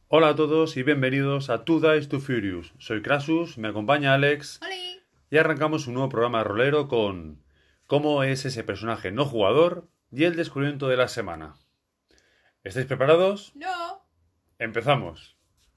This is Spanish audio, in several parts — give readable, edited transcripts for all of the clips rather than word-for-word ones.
Hola a todos y bienvenidos a Two Dice to Furious. Soy Krasus, me acompaña Alex ¡Holi! y arrancamos un nuevo programa de rolero con cómo es ese personaje no jugador y el descubrimiento de la semana. ¿Estáis preparados? ¡No! ¡Empezamos!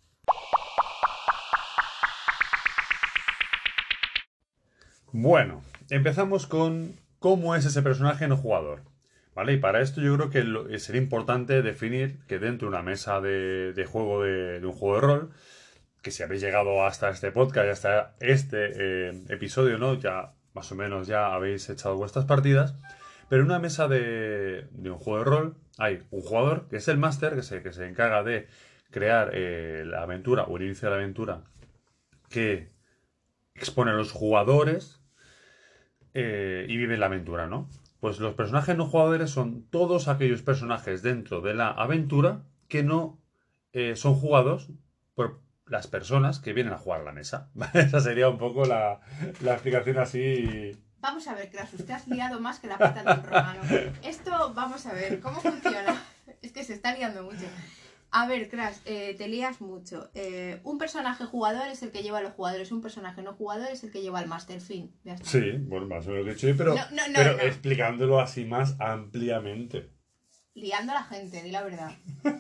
Bueno, empezamos con cómo es ese personaje no jugador. ¿Vale? Y para esto yo creo que sería importante definir que dentro de una mesa de juego de un juego de rol, que si habéis llegado hasta este podcast y hasta este episodio, ¿no? Ya más o menos ya habéis echado vuestras partidas. Pero en una mesa de un juego de rol hay un jugador que es el máster, que se encarga de crear la aventura o el inicio de la aventura que expone a los jugadores y vive la aventura, ¿no? Pues los personajes no jugadores son todos aquellos personajes dentro de la aventura que no son jugados por las personas que vienen a jugar a la mesa. Esa sería un poco la explicación así. Vamos a ver, Krasus, te has liado más que la pata de un romano. Esto, vamos a ver, ¿cómo funciona? Es que se está liando mucho. A ver, Kras, te lías mucho. Un personaje jugador es el que lleva a los jugadores, un personaje no jugador es el que lleva al máster. Fin, ya está. Sí, bueno, más o menos dicho, pero, No. explicándolo así más ampliamente. Liando a la gente, di la verdad.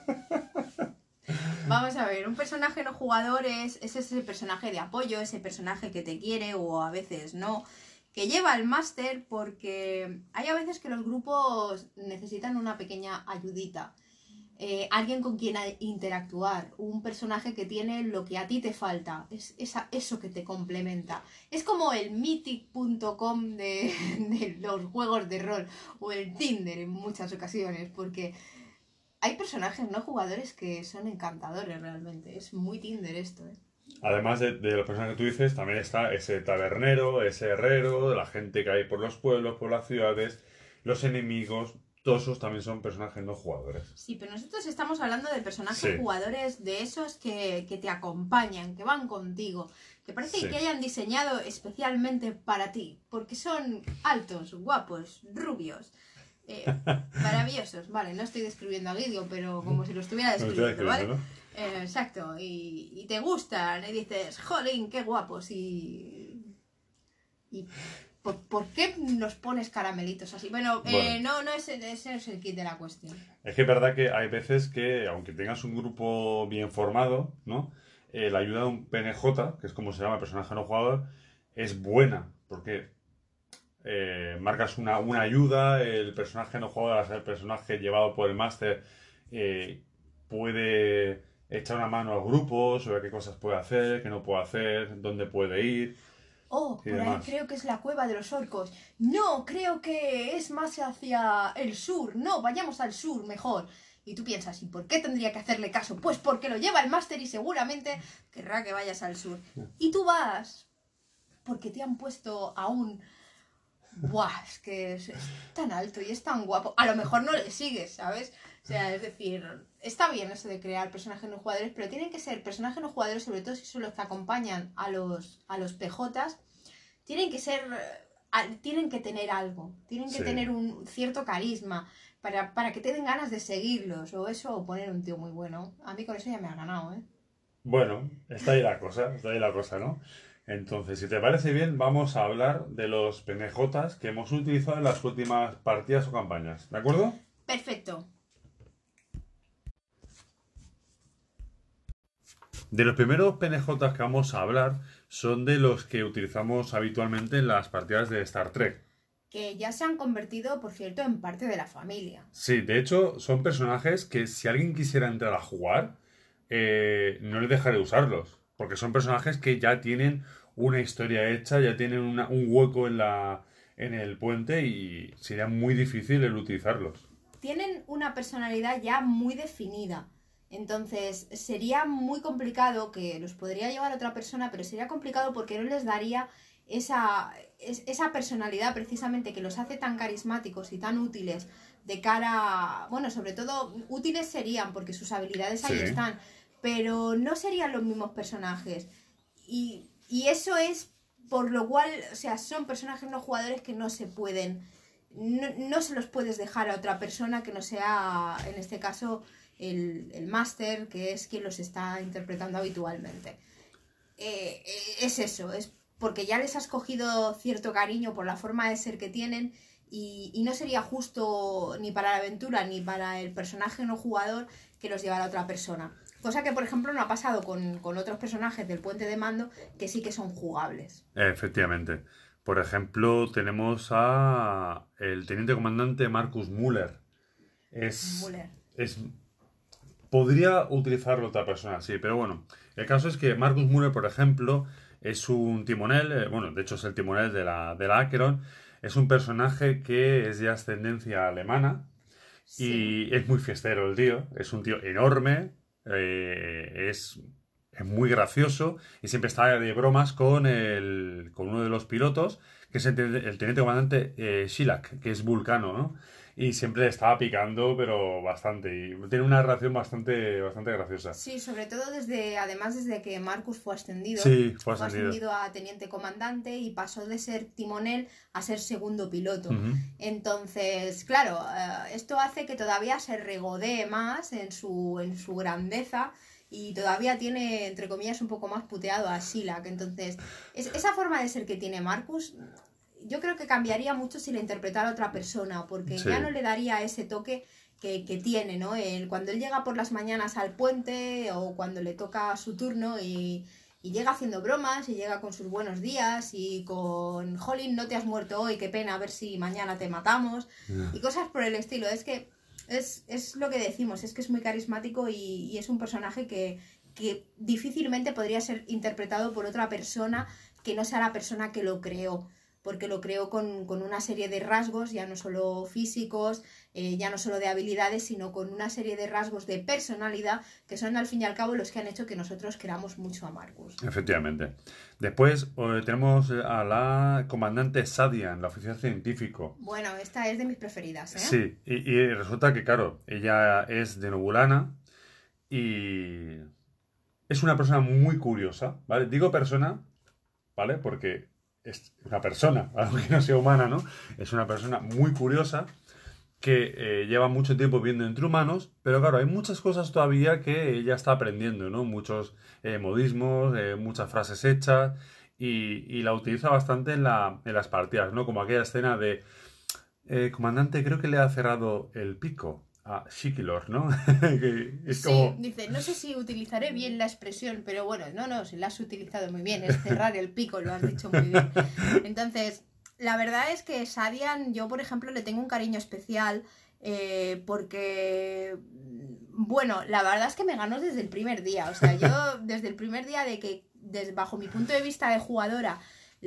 Vamos a ver, un personaje no jugador es ese personaje de apoyo, ese personaje que te quiere o a veces no, que lleva al máster porque hay a veces que los grupos necesitan una pequeña ayudita. Alguien con quien interactuar, un personaje que tiene lo que a ti te falta, es eso que te complementa. Es como el mythic.com de los juegos de rol o el Tinder en muchas ocasiones, porque hay personajes no jugadores que son encantadores realmente. Es muy Tinder esto, ¿eh? Además de los personajes que tú dices, también está ese tabernero, ese herrero, la gente que hay por los pueblos, por las ciudades, los enemigos. Todos esos también son personajes no jugadores. Sí, pero nosotros estamos hablando de personajes Sí. jugadores de esos que te acompañan, que van contigo, que parece Sí. que hayan diseñado especialmente para ti, porque son altos, guapos, rubios, maravillosos. Vale, no estoy describiendo a Guido, pero como si lo estuviera Me lo estoy describiendo, ¿vale? escribiendo, ¿no? Exacto, y te gustan, y dices, jolín, qué guapos, y ¿por qué nos pones caramelitos así? Bueno, Bueno. no ese no es el kit de la cuestión. Es que es verdad que hay veces que, aunque tengas un grupo bien formado, ¿no? La ayuda de un PNJ, que es como se llama el personaje no jugador, es buena, porque marcas una ayuda, el personaje no jugador, al ser el personaje llevado por el máster, puede echar una mano al grupo sobre qué cosas puede hacer, qué no puede hacer, dónde puede ir Oh, y por ahí demás. creo que es la cueva de los orcos. No, creo que es más hacia el sur. No, vayamos al sur mejor. Y tú piensas, ¿y por qué tendría que hacerle caso? Pues porque lo lleva el máster y seguramente querrá que vayas al sur. Y tú vas porque te han puesto a un... Buah, es que es tan alto y es tan guapo. A lo mejor no le sigues, ¿sabes? O sea, es decir, está bien eso de crear personajes no jugadores, pero tienen que ser personajes no jugadores, sobre todo si son los que acompañan a los PJs, tienen que ser, tienen que tener algo, tienen que Sí. tener un cierto carisma para que te den ganas de seguirlos, o eso, o poner un tío muy bueno. A mí con eso ya me ha ganado, ¿eh? Bueno, está ahí la cosa, ¿no? Entonces, si te parece bien, vamos a hablar de los PNJs que hemos utilizado en las últimas partidas o campañas, ¿de acuerdo? Perfecto. De los primeros PNJs que vamos a hablar son de los que utilizamos habitualmente en las partidas de Star Trek. Que ya se han convertido, por cierto, en parte de la familia. Sí, de hecho, son personajes que si alguien quisiera entrar a jugar, no le dejaré usarlos. Porque son personajes que ya tienen una historia hecha, ya tienen un hueco en el puente y sería muy difícil el utilizarlos. Tienen una personalidad ya muy definida. Entonces sería muy complicado, que los podría llevar otra persona, pero sería complicado porque no les daría esa personalidad precisamente que los hace tan carismáticos y tan útiles de cara, bueno, sobre todo útiles serían porque sus habilidades ahí Sí, están, pero no serían los mismos personajes. Y eso es por lo cual, o sea, son personajes no jugadores que no se pueden, no se los puedes dejar a otra persona que no sea, en este caso, el máster, que es quien los está interpretando habitualmente. Es eso, es porque ya les has cogido cierto cariño por la forma de ser que tienen y no sería justo ni para la aventura ni para el personaje no jugador que los llevara a otra persona. Cosa que, por ejemplo, no ha pasado con otros personajes del Puente de Mando que sí que son jugables. Efectivamente. Por ejemplo, tenemos a el teniente comandante Marcus Müller. Muller. Podría utilizarlo otra persona, sí, pero bueno. El caso es que Marcus Müller, por ejemplo, es un timonel, bueno, de hecho es el timonel de la Acheron. Es un personaje que es de ascendencia alemana Sí. y es muy fiestero el tío. Es un tío enorme, es muy gracioso y siempre está de bromas con uno de los pilotos, que es el teniente comandante Shilak, que es vulcano, ¿no? Y siempre estaba picando, pero bastante. Y tiene una relación bastante graciosa. Sí, sobre todo además desde que Marcus Sí, fue fue ascendido. ascendido a teniente comandante y pasó de ser timonel a ser segundo piloto. Ujú. Entonces, claro, esto hace que todavía se regodee más en su grandeza y todavía tiene, entre comillas, un poco más puteado a Shilak. Entonces, esa forma de ser que tiene Marcus, yo creo que cambiaría mucho si la interpretara otra persona, porque Sí, ya no le daría ese toque que tiene, ¿no? Cuando él llega por las mañanas al puente o cuando le toca su turno y llega haciendo bromas y llega con sus buenos días y con Jolín, no te has muerto hoy, qué pena, a ver si mañana te matamos y cosas por el estilo. Es que es lo que decimos, es que es muy carismático y es un personaje que difícilmente podría ser interpretado por otra persona que no sea la persona que lo creó, porque lo creó con una serie de rasgos, ya no solo físicos, ya no solo de habilidades, sino con una serie de rasgos de personalidad que son al fin y al cabo los que han hecho que nosotros queramos mucho a Marcus. efectivamente. Después tenemos a la comandante Sadian, la oficial científico. Bueno, esta es de mis preferidas, ¿eh? Sí, y resulta que, claro, ella es de Nobulana y es una persona muy curiosa, ¿vale? Digo persona, ¿vale? Porque es una persona, aunque no sea humana, ¿no? Es una persona muy curiosa que lleva mucho tiempo viviendo entre humanos, pero claro, hay muchas cosas todavía que ella está aprendiendo, ¿no? Muchos modismos, muchas frases hechas, y la utiliza bastante en las partidas, ¿no? Como aquella escena de, comandante, creo que le ha cerrado el pico a Shikilor, ¿no? Que es Sí, como... dice, no sé si utilizaré bien la expresión, pero bueno, no, si la has utilizado muy bien, es cerrar el pico, lo has dicho muy bien. Entonces, la verdad es que Sadian, yo por ejemplo le tengo un cariño especial porque, bueno, la verdad es que me ganó desde el primer día, o sea, yo desde el primer día de que, bajo mi punto de vista de jugadora,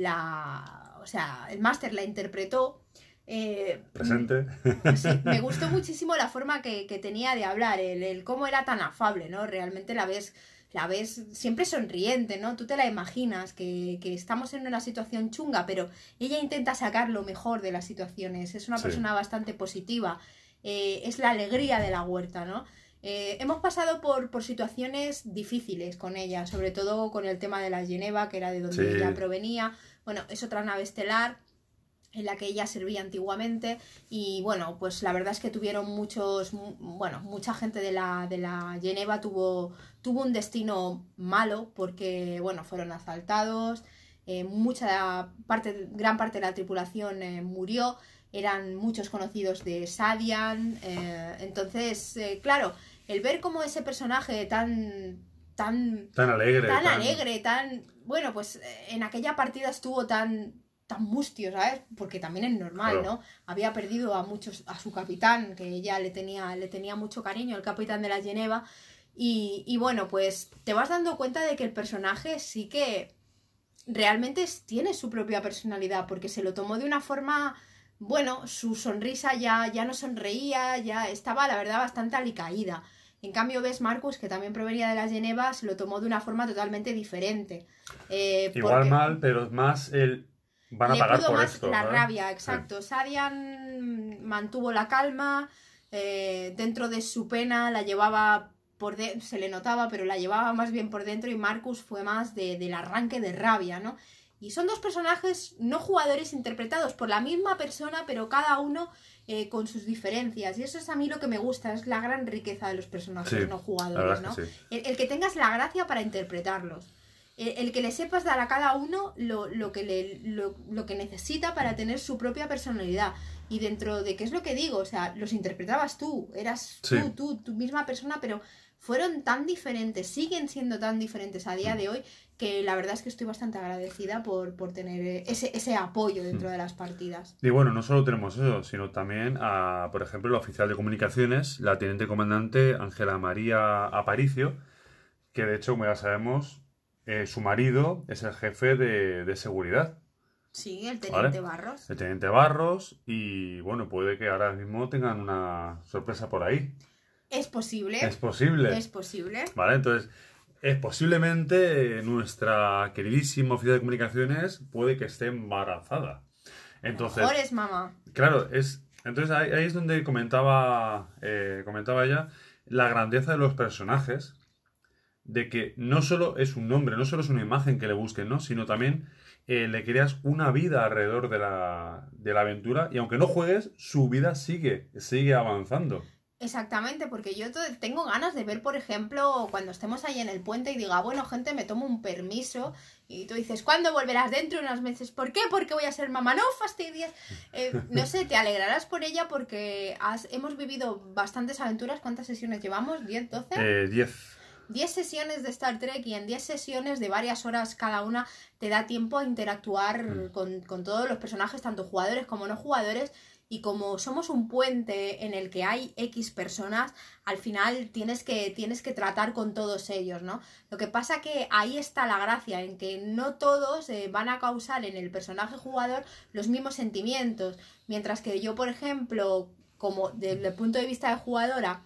o sea, el máster la interpretó. eh, Presente. Sí, me gustó muchísimo la forma que tenía de hablar, el cómo era tan afable, ¿no? Realmente la ves siempre sonriente, ¿no? Tú te la imaginas que estamos en una situación chunga, pero ella intenta sacar lo mejor de las situaciones. Es una Sí. persona bastante positiva. Es la alegría de la huerta, ¿no? Hemos pasado por situaciones difíciles con ella, sobre todo con el tema de la Geneva, que era de donde Sí. ella provenía. Bueno, es otra nave estelar en la que ella servía antiguamente y bueno, pues la verdad es que tuvieron mucha gente de la Geneva tuvo un destino malo porque, bueno, fueron asaltados, gran parte de la tripulación murió, eran muchos conocidos de Sadian, entonces, claro, el ver cómo ese personaje tan alegre, bueno, pues en aquella partida estuvo tan mustio, ¿sabes? Porque también es normal, Claro. ¿no? Había perdido a su capitán, que ella le tenía mucho cariño, el capitán de la Geneva, y bueno, pues te vas dando cuenta de que el personaje sí que realmente tiene su propia personalidad, porque se lo tomó de una forma, bueno, su sonrisa ya no sonreía, ya estaba, la verdad, bastante alicaída. En cambio, ves Marcus, que también provenía de la Geneva, se lo tomó de una forma totalmente diferente. Igual Porque mal, pero más el... Van a le pagar pudo por más esto, la ¿sabes? rabia, Sí. exacto. Sadian mantuvo la calma, dentro de su pena la llevaba se le notaba, pero la llevaba más bien por dentro y Marcus fue más del arranque de rabia, ¿no? Y son dos personajes no jugadores interpretados por la misma persona, pero cada uno con sus diferencias. Y eso es a mí lo que me gusta, es la gran riqueza de los personajes Sí, no la jugadores, verdad ¿no? es que sí. El que tengas la gracia para interpretarlos. El que le sepas dar a cada uno lo que necesita para tener su propia personalidad. Y dentro de qué es lo que digo, o sea, los interpretabas tú, eras Sí. tu misma persona, pero fueron tan diferentes, siguen siendo tan diferentes a día de hoy, que la verdad es que estoy bastante agradecida por tener ese apoyo dentro de las partidas. Y bueno, no solo tenemos eso, sino también a, por ejemplo, la oficial de comunicaciones, la teniente comandante Ángela María Aparicio, que de hecho, como ya sabemos, su marido es el jefe de seguridad, Sí, el ¿vale? teniente Barros. El teniente Barros, y bueno, puede que ahora mismo tengan una sorpresa por ahí. Es posible. Es posible. Es posible. ¿Vale? Entonces, posiblemente nuestra queridísima oficial de comunicaciones puede que esté embarazada. Entonces, Mejor es mamá. claro, entonces ahí es donde comentaba ella la grandeza de los personajes, de que no solo es un nombre, no solo es una imagen que le busquen, ¿no? Sino también le creas una vida alrededor de la aventura, y aunque no juegues, su vida sigue avanzando. Exactamente, porque yo tengo ganas de ver, por ejemplo, cuando estemos ahí en el puente y diga, bueno, gente, me tomo un permiso, y tú dices, ¿cuándo volverás? Dentro de unos meses. ¿Por qué? Porque voy a ser mamá. No fastidies. No sé, te alegrarás por ella porque hemos vivido bastantes aventuras. ¿Cuántas sesiones llevamos? ¿10, 12? 10. 10 sesiones de Star Trek, y en 10 sesiones de varias horas cada una te da tiempo a interactuar con todos los personajes, tanto jugadores como no jugadores. Y como somos un puente en el que hay X personas, al final tienes que tratar con todos ellos, ¿no? Lo que pasa que ahí está la gracia, en que no todos van a causar en el personaje jugador los mismos sentimientos. Mientras que yo, por ejemplo, como desde el punto de vista de jugadora,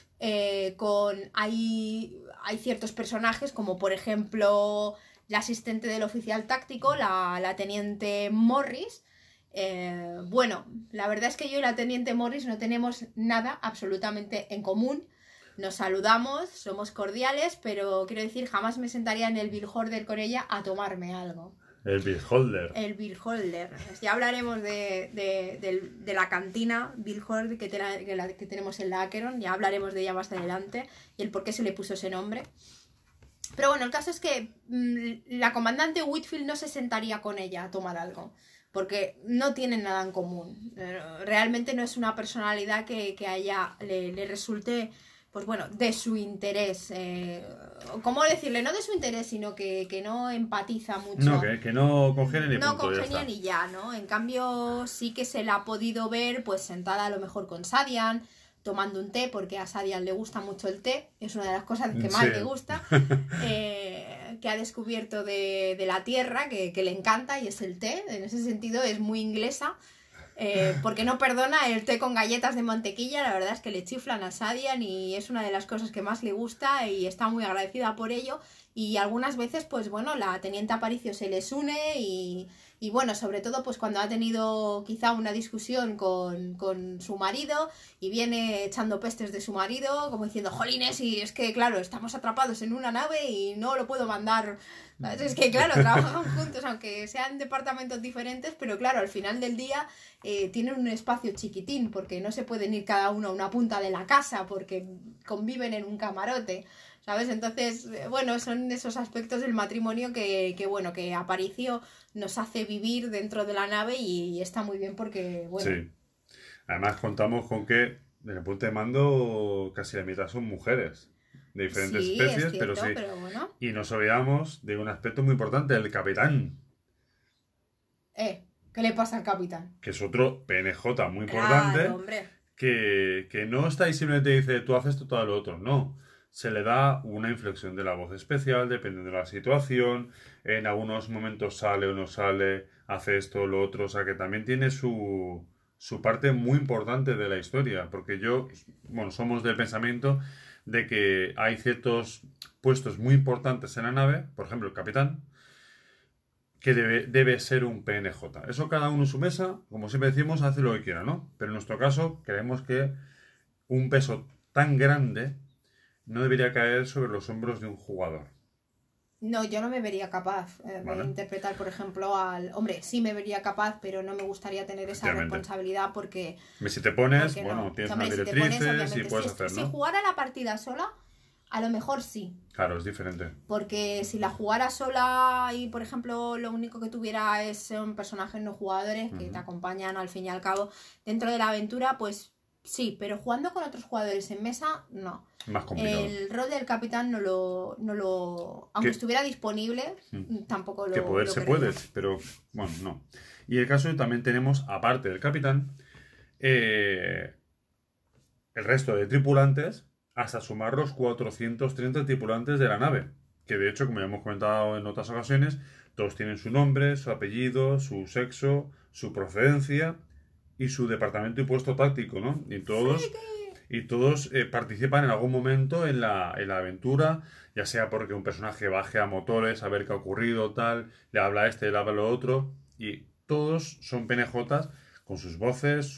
hay ciertos personajes, como por ejemplo la asistente del oficial táctico, la teniente Morris. Bueno, la verdad es que yo y la teniente Morris no tenemos nada absolutamente en común. Nos saludamos, somos cordiales, pero quiero decir, jamás me sentaría en el beer holder con ella a tomarme algo. El beholder. El beer holder. Ya hablaremos de la cantina beer holder que tenemos en la Acheron, ya hablaremos de ella más adelante y el por qué se le puso ese nombre. Pero bueno, el caso es que la comandante Whitfield no se sentaría con ella a tomar algo, porque no tienen nada en común. Realmente no es una personalidad que a ella le resulte, pues bueno, de su interés. ¿Cómo decirle? No de su interés, sino que no empatiza mucho. No, que no congenian ni No punto, ya congenian está. y ya, ¿no? En cambio, sí que se la ha podido ver, pues sentada a lo mejor con Sadian, tomando un té, porque a Sadian le gusta mucho el té, es una de las cosas que más Sí. le gusta, que ha descubierto de la tierra, que le encanta, y es el té. En ese sentido es muy inglesa, porque no perdona el té con galletas de mantequilla. La verdad es que le chiflan a Sadian y es una de las cosas que más le gusta y está muy agradecida por ello. Y algunas veces, pues bueno, la teniente Aparicio se les une y bueno, sobre todo pues cuando ha tenido quizá una discusión con su marido y viene echando pestes de su marido, como diciendo, jolines, y es que claro, estamos atrapados en una nave y no lo puedo mandar. Es que claro, trabajan juntos, aunque sean departamentos diferentes, pero claro, al final del día tienen un espacio chiquitín, porque no se pueden ir cada uno a una punta de la casa, porque conviven en un camarote, ¿sabes? Entonces, bueno, son esos aspectos del matrimonio que bueno, que Aparicio nos hace vivir dentro de la nave y está muy bien porque, bueno... Sí. Además contamos con que en el punto de mando casi la mitad son mujeres de diferentes Sí, especies, es cierto, pero sí. pero bueno... Y nos olvidamos de un aspecto muy importante, el capitán, ¿Qué le pasa al capitán? que es otro PNJ muy importante, Claro, hombre. que no está ahí simplemente dice tú haces esto, todo lo otro, no. Se le da una inflexión de la voz especial, dependiendo de la situación, en algunos momentos sale o no sale, hace esto o lo otro, o sea que también tiene su parte muy importante de la historia, porque bueno, somos del pensamiento de que hay ciertos puestos muy importantes en la nave, por ejemplo el capitán, que debe ser un PNJ. Eso cada uno en su mesa, como siempre decimos, hace lo que quiera, ¿no? Pero en nuestro caso creemos que un peso tan grande no debería caer sobre los hombros de un jugador. No, yo no me vería capaz ¿Vale? de interpretar, por ejemplo, al... Hombre, sí me vería capaz, pero no me gustaría tener esa Efectivamente. responsabilidad porque... Y si te pones, Porque bueno, no. O tienes sea, unas hombre, si te pones, directrices y obviamente, puedes hacer, si ¿no? jugara la partida sola, a lo mejor sí. Claro, es diferente. Porque si la jugara sola y, por ejemplo, lo único que tuviera es un personajes no jugadores que te acompañan al fin y al cabo dentro de la aventura, pues sí, pero jugando con otros jugadores en mesa, no. Más complicado. El rol del capitán aunque Que, estuviera disponible, tampoco que poder lo se querría. puede, pero bueno, no. Y el caso también tenemos, aparte del capitán, eh, el resto de tripulantes, hasta sumar los 430 tripulantes de la nave. Que de hecho, como ya hemos comentado en otras ocasiones, todos tienen su nombre, su apellido, su sexo, su procedencia y su departamento y puesto táctico, ¿no? Y todos participan en algún momento en la aventura, ya sea porque un personaje baje a motores a ver qué ha ocurrido, tal, le habla a este, le habla a lo otro, y todos son PNJs con sus voces,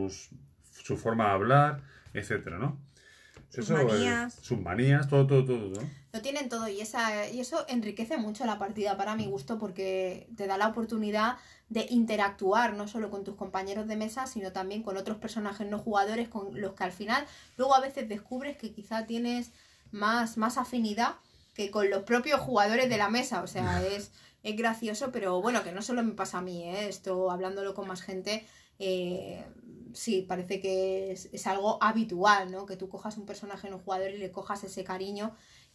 su forma de hablar, etcétera, ¿no? Sus Eso, manías. sus manías, todo, ¿no? Lo tienen todo y eso enriquece mucho la partida para mi gusto porque te da la oportunidad de interactuar no solo con tus compañeros de mesa, sino también con otros personajes no jugadores con los que al final luego a veces descubres que quizá tienes más afinidad que con los propios jugadores de la mesa. O sea, es gracioso, pero bueno, que no solo me pasa a mí, ¿eh? Esto hablándolo con más gente. eh, sí, parece que es algo habitual, ¿no? Que tú cojas un personaje no jugador y le cojas ese cariño,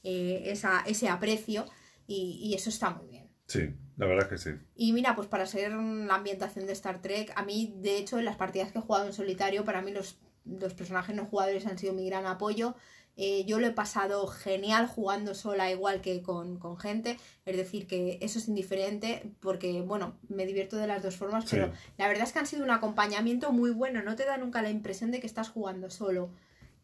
ese aprecio, y eso está muy bien. Sí, la verdad es que sí. Y mira, pues para ser la ambientación de Star Trek, a mí, de hecho, en las partidas que he jugado en solitario, para mí los personajes no jugadores han sido mi gran apoyo. Yo lo he pasado genial jugando sola igual que con gente, es decir, que eso es indiferente porque, bueno, me divierto de las dos formas, Sí. pero la verdad es que han sido un acompañamiento muy bueno, no te da nunca la impresión de que estás jugando solo.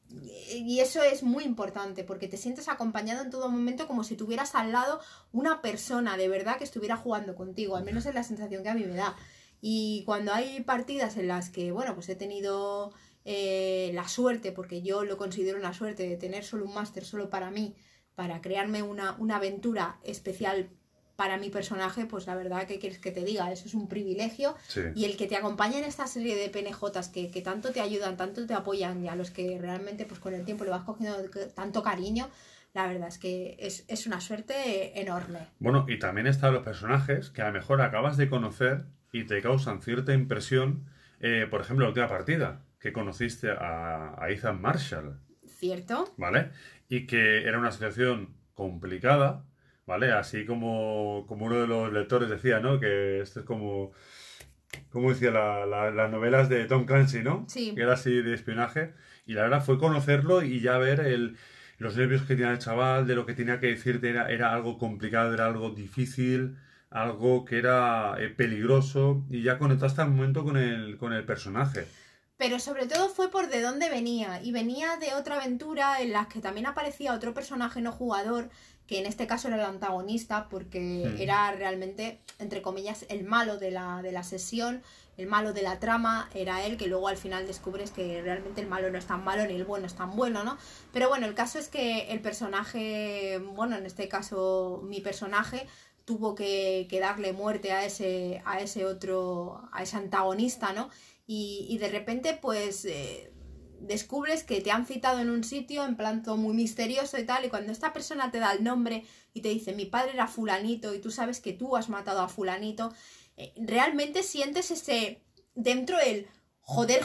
Y eso es muy importante porque te sientes acompañado en todo momento como si tuvieras al lado una persona de verdad que estuviera jugando contigo, al menos es la sensación que a mí me da. Y cuando hay partidas en las que, bueno, pues he tenido la suerte, porque yo lo considero una suerte, de tener solo un máster solo para mí, para crearme una aventura especial para mi personaje, pues la verdad, ¿qué quieres que te diga? Eso es un privilegio. Sí. Y el que te acompañe en esta serie de PNJs que tanto te ayudan, tanto te apoyan, y a los que realmente pues con el tiempo le vas cogiendo tanto cariño, la verdad es que es una suerte enorme. Bueno, y también están los personajes que a lo mejor acabas de conocer y te causan cierta impresión. Por ejemplo, la última partida, que conociste a Ethan Marshall, ¿Cierto? ¿vale? Y que era una situación complicada, ¿vale? Así como uno de los lectores decía, ¿no? Que esto es como decía las novelas de Tom Clancy, ¿no? Sí. Que era así de espionaje. Y la verdad fue conocerlo y ya ver los nervios que tenía el chaval, de lo que tenía que decirte, era algo complicado, era algo difícil, algo que era peligroso. Y ya conectaste al momento con el personaje. Pero sobre todo fue por de dónde venía. Y venía de otra aventura en la que también aparecía otro personaje no jugador, que en este caso era el antagonista, porque era realmente, entre comillas, el malo de la sesión, el malo de la trama, era él, que luego al final descubres que realmente el malo no es tan malo ni el bueno es tan bueno, ¿no? Pero bueno, el caso es que el personaje, bueno, en este caso mi personaje, tuvo que darle muerte a ese antagonista, ¿no? Y de repente pues descubres que te han citado en un sitio en plan todo muy misterioso y tal, y cuando esta persona te da el nombre y te dice mi padre era fulanito y tú sabes que tú has matado a fulanito, realmente sientes ese dentro el joder,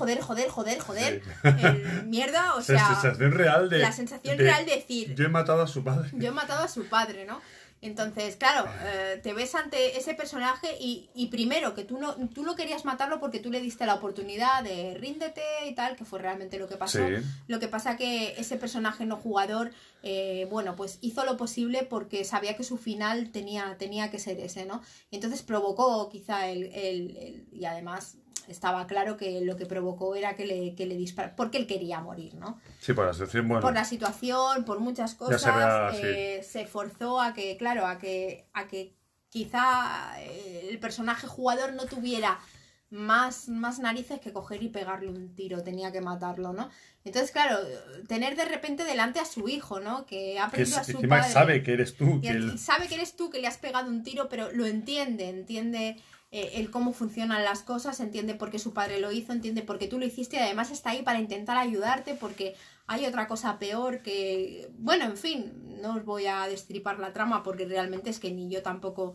el mierda, o sea, sensación real la sensación real de decir yo he matado a su padre. yo he matado a su padre, ¿no? Entonces, claro, te ves ante ese personaje y primero que tú no querías matarlo porque tú le diste la oportunidad de ríndete y tal, que fue realmente lo que pasó. Sí. Lo que pasa que ese personaje no jugador, bueno, pues hizo lo posible porque sabía que su final tenía que ser ese, ¿no? Y entonces provocó quizá y además estaba claro que lo que provocó era que le disparara, porque él quería morir, ¿no? Sí, por la situación, bueno. Por la situación, por muchas cosas, se forzó a que, claro, a que quizá el personaje jugador no tuviera más narices que coger y pegarle un tiro, tenía que matarlo, ¿no? Entonces, claro, tener de repente delante a su hijo, ¿no? Que ha Que aprendido a su encima padre. sabe que eres tú. Y sabe que eres tú, que le has pegado un tiro, pero lo entiende el cómo funcionan las cosas, entiende por qué su padre lo hizo, entiende por qué tú lo hiciste y además está ahí para intentar ayudarte porque hay otra cosa peor que... Bueno, en fin, no os voy a destripar la trama porque realmente es que ni yo tampoco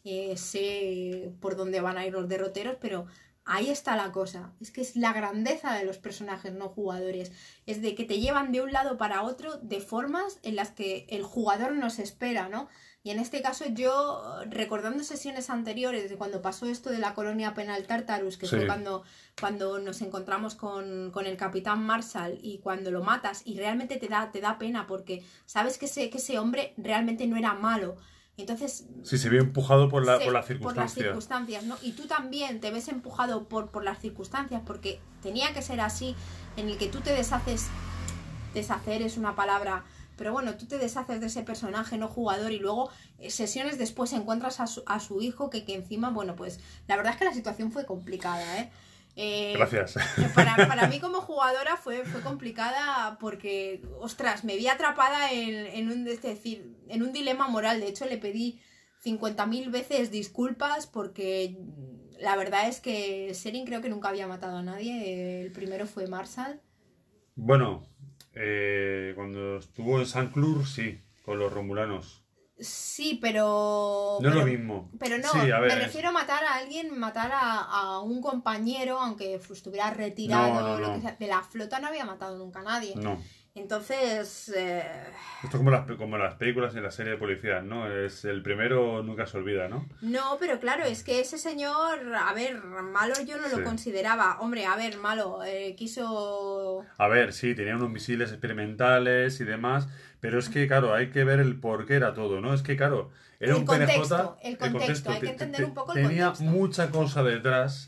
sé por dónde van a ir los derroteros, pero ahí está la cosa. Es que es la grandeza de los personajes no jugadores. Es de que te llevan de un lado para otro de formas en las que el jugador no se espera, ¿no? Y en este caso yo, recordando sesiones anteriores de cuando pasó esto de la colonia penal Tartarus, que fue cuando nos encontramos con el Capitán Marshall y cuando lo matas y realmente te da pena porque sabes que ese hombre realmente no era malo. Entonces... Sí, se ve empujado por las circunstancias. Por las circunstancias, ¿no? Y tú también te ves empujado por las circunstancias porque tenía que ser así, en el que tú te deshaces... Deshacer es una palabra... Pero bueno, tú te deshaces de ese personaje no jugador y luego sesiones después encuentras a su hijo que encima, bueno, pues la verdad es que la situación fue complicada, Gracias. Para mí como jugadora fue complicada porque, ostras, me vi atrapada en un dilema moral. De hecho, le pedí 50.000 veces disculpas porque la verdad es que Seren creo que nunca había matado a nadie. El primero fue Marshall. Bueno, cuando estuvo en San Clur, sí, con los romulanos. Sí, pero... No es lo mismo. Pero no, sí, a ver, me refiero a matar a alguien, matar a un compañero, aunque estuviera retirado, lo que sea. De la flota no había matado nunca a nadie. No. Entonces... Esto es como las películas y la serie de policías, ¿no? Es el primero nunca se olvida, ¿no? No, pero claro, es que ese señor, a ver, malo yo no lo consideraba. Hombre, a ver, malo, quiso... A ver, sí, tenía unos misiles experimentales y demás, pero es que, claro, hay que ver el por qué era todo, ¿no? Es que, claro, era un contexto, PNJ... El contexto, hay que entender un poco el tenía contexto. mucha cosa detrás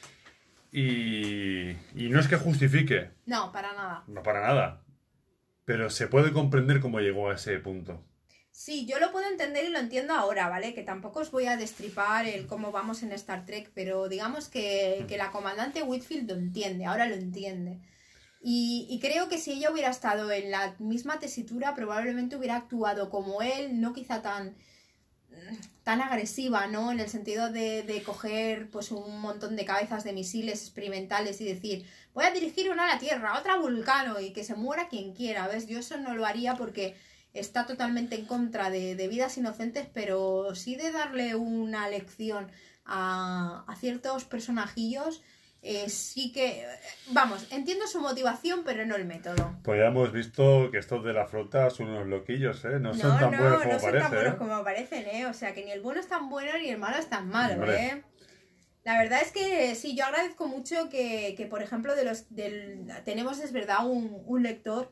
y no es que justifique. No, para nada. No para nada. Pero se puede comprender cómo llegó a ese punto. Sí, yo lo puedo entender y lo entiendo ahora, ¿vale? Que tampoco os voy a destripar el cómo vamos en Star Trek, pero digamos que la comandante Whitfield lo entiende, ahora lo entiende. Y creo que si ella hubiera estado en la misma tesitura, probablemente hubiera actuado como él, no quizá tan agresiva, ¿no? En el sentido de coger pues un montón de cabezas de misiles experimentales y decir, voy a dirigir una a la Tierra, otra a Vulcano y que se muera quien quiera, ¿ves? Yo eso no lo haría porque está totalmente en contra de vidas inocentes, pero sí de darle una lección a ciertos personajillos. Sí que, vamos, entiendo su motivación, pero no el método. Pues ya hemos visto que estos de la flota son unos loquillos, ¿eh? No son tan buenos como no son tan buenos ¿eh? como parecen, ¿eh? O sea, que ni el bueno es tan bueno ni el malo es tan malo, ¿eh? La verdad es que sí, yo agradezco mucho que por ejemplo, tenemos, es verdad, un lector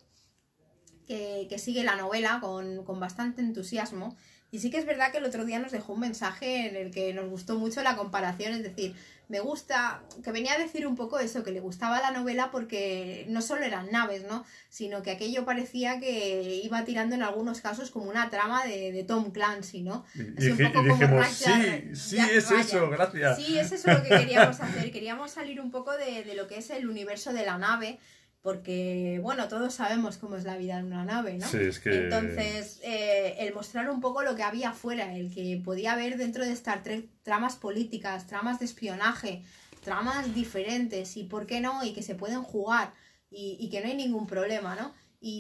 que sigue la novela con bastante entusiasmo. Y sí que es verdad que el otro día nos dejó un mensaje en el que nos gustó mucho la comparación, es decir, me gusta, que venía a decir un poco eso, que le gustaba la novela porque no solo eran naves, ¿no? Sino que aquello parecía que iba tirando en algunos casos como una trama de Tom Clancy, ¿no? Y dijimos, sí, es eso, gracias. Sí, es eso lo que queríamos hacer, queríamos salir un poco de lo que es el universo de la nave, porque, bueno, todos sabemos cómo es la vida en una nave, ¿no? Sí, es que... Entonces, el mostrar un poco lo que había afuera, el que podía haber dentro de Star Trek tramas políticas, tramas de espionaje, tramas diferentes, y por qué no, y que se pueden jugar, y que no hay ningún problema, ¿no?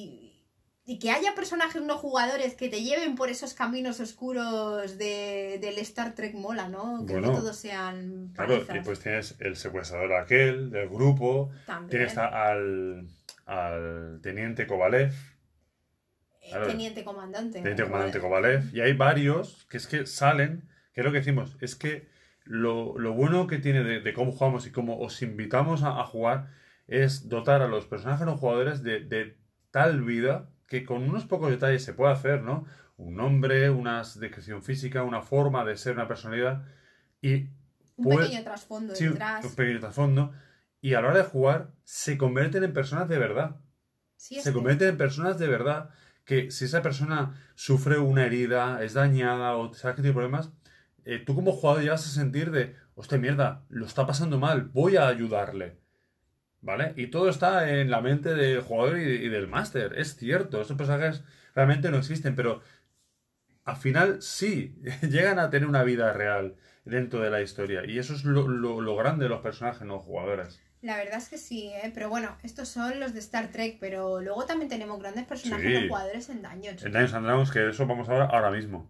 Y que haya personajes no jugadores que te lleven por esos caminos oscuros del Star Trek mola, ¿no? Que todos sean palizas. Claro, y pues tienes el secuestrador aquel del grupo, también. Tienes al teniente Kovalev. Claro, teniente comandante Kovalev. Y hay varios que es que salen, que es lo que decimos, es que lo bueno que tiene de cómo jugamos y cómo os invitamos a jugar es dotar a los personajes no jugadores de tal vida que con unos pocos detalles se puede hacer, ¿no? Un nombre, una descripción física, una forma de ser, una personalidad y... un pequeño trasfondo detrás. Un pequeño trasfondo. Y a la hora de jugar se convierten en personas de verdad. Sí, se convierten en personas de verdad que si esa persona sufre una herida, es dañada o sabes que tiene problemas, tú como jugador ya vas a sentir de, hostia, mierda, lo está pasando mal, voy a ayudarle. ¿Vale? Y todo está en la mente del jugador y del máster. Es cierto, esos personajes realmente no existen, pero al final sí, llegan a tener una vida real dentro de la historia. Y eso es lo grande de los personajes no jugadores. La verdad es que sí, ¿eh? Pero bueno, estos son los de Star Trek, pero luego también tenemos grandes personajes no Sí, jugadores en Dungeons. en Dungeons and Dragons, que de eso vamos a hablar ahora mismo.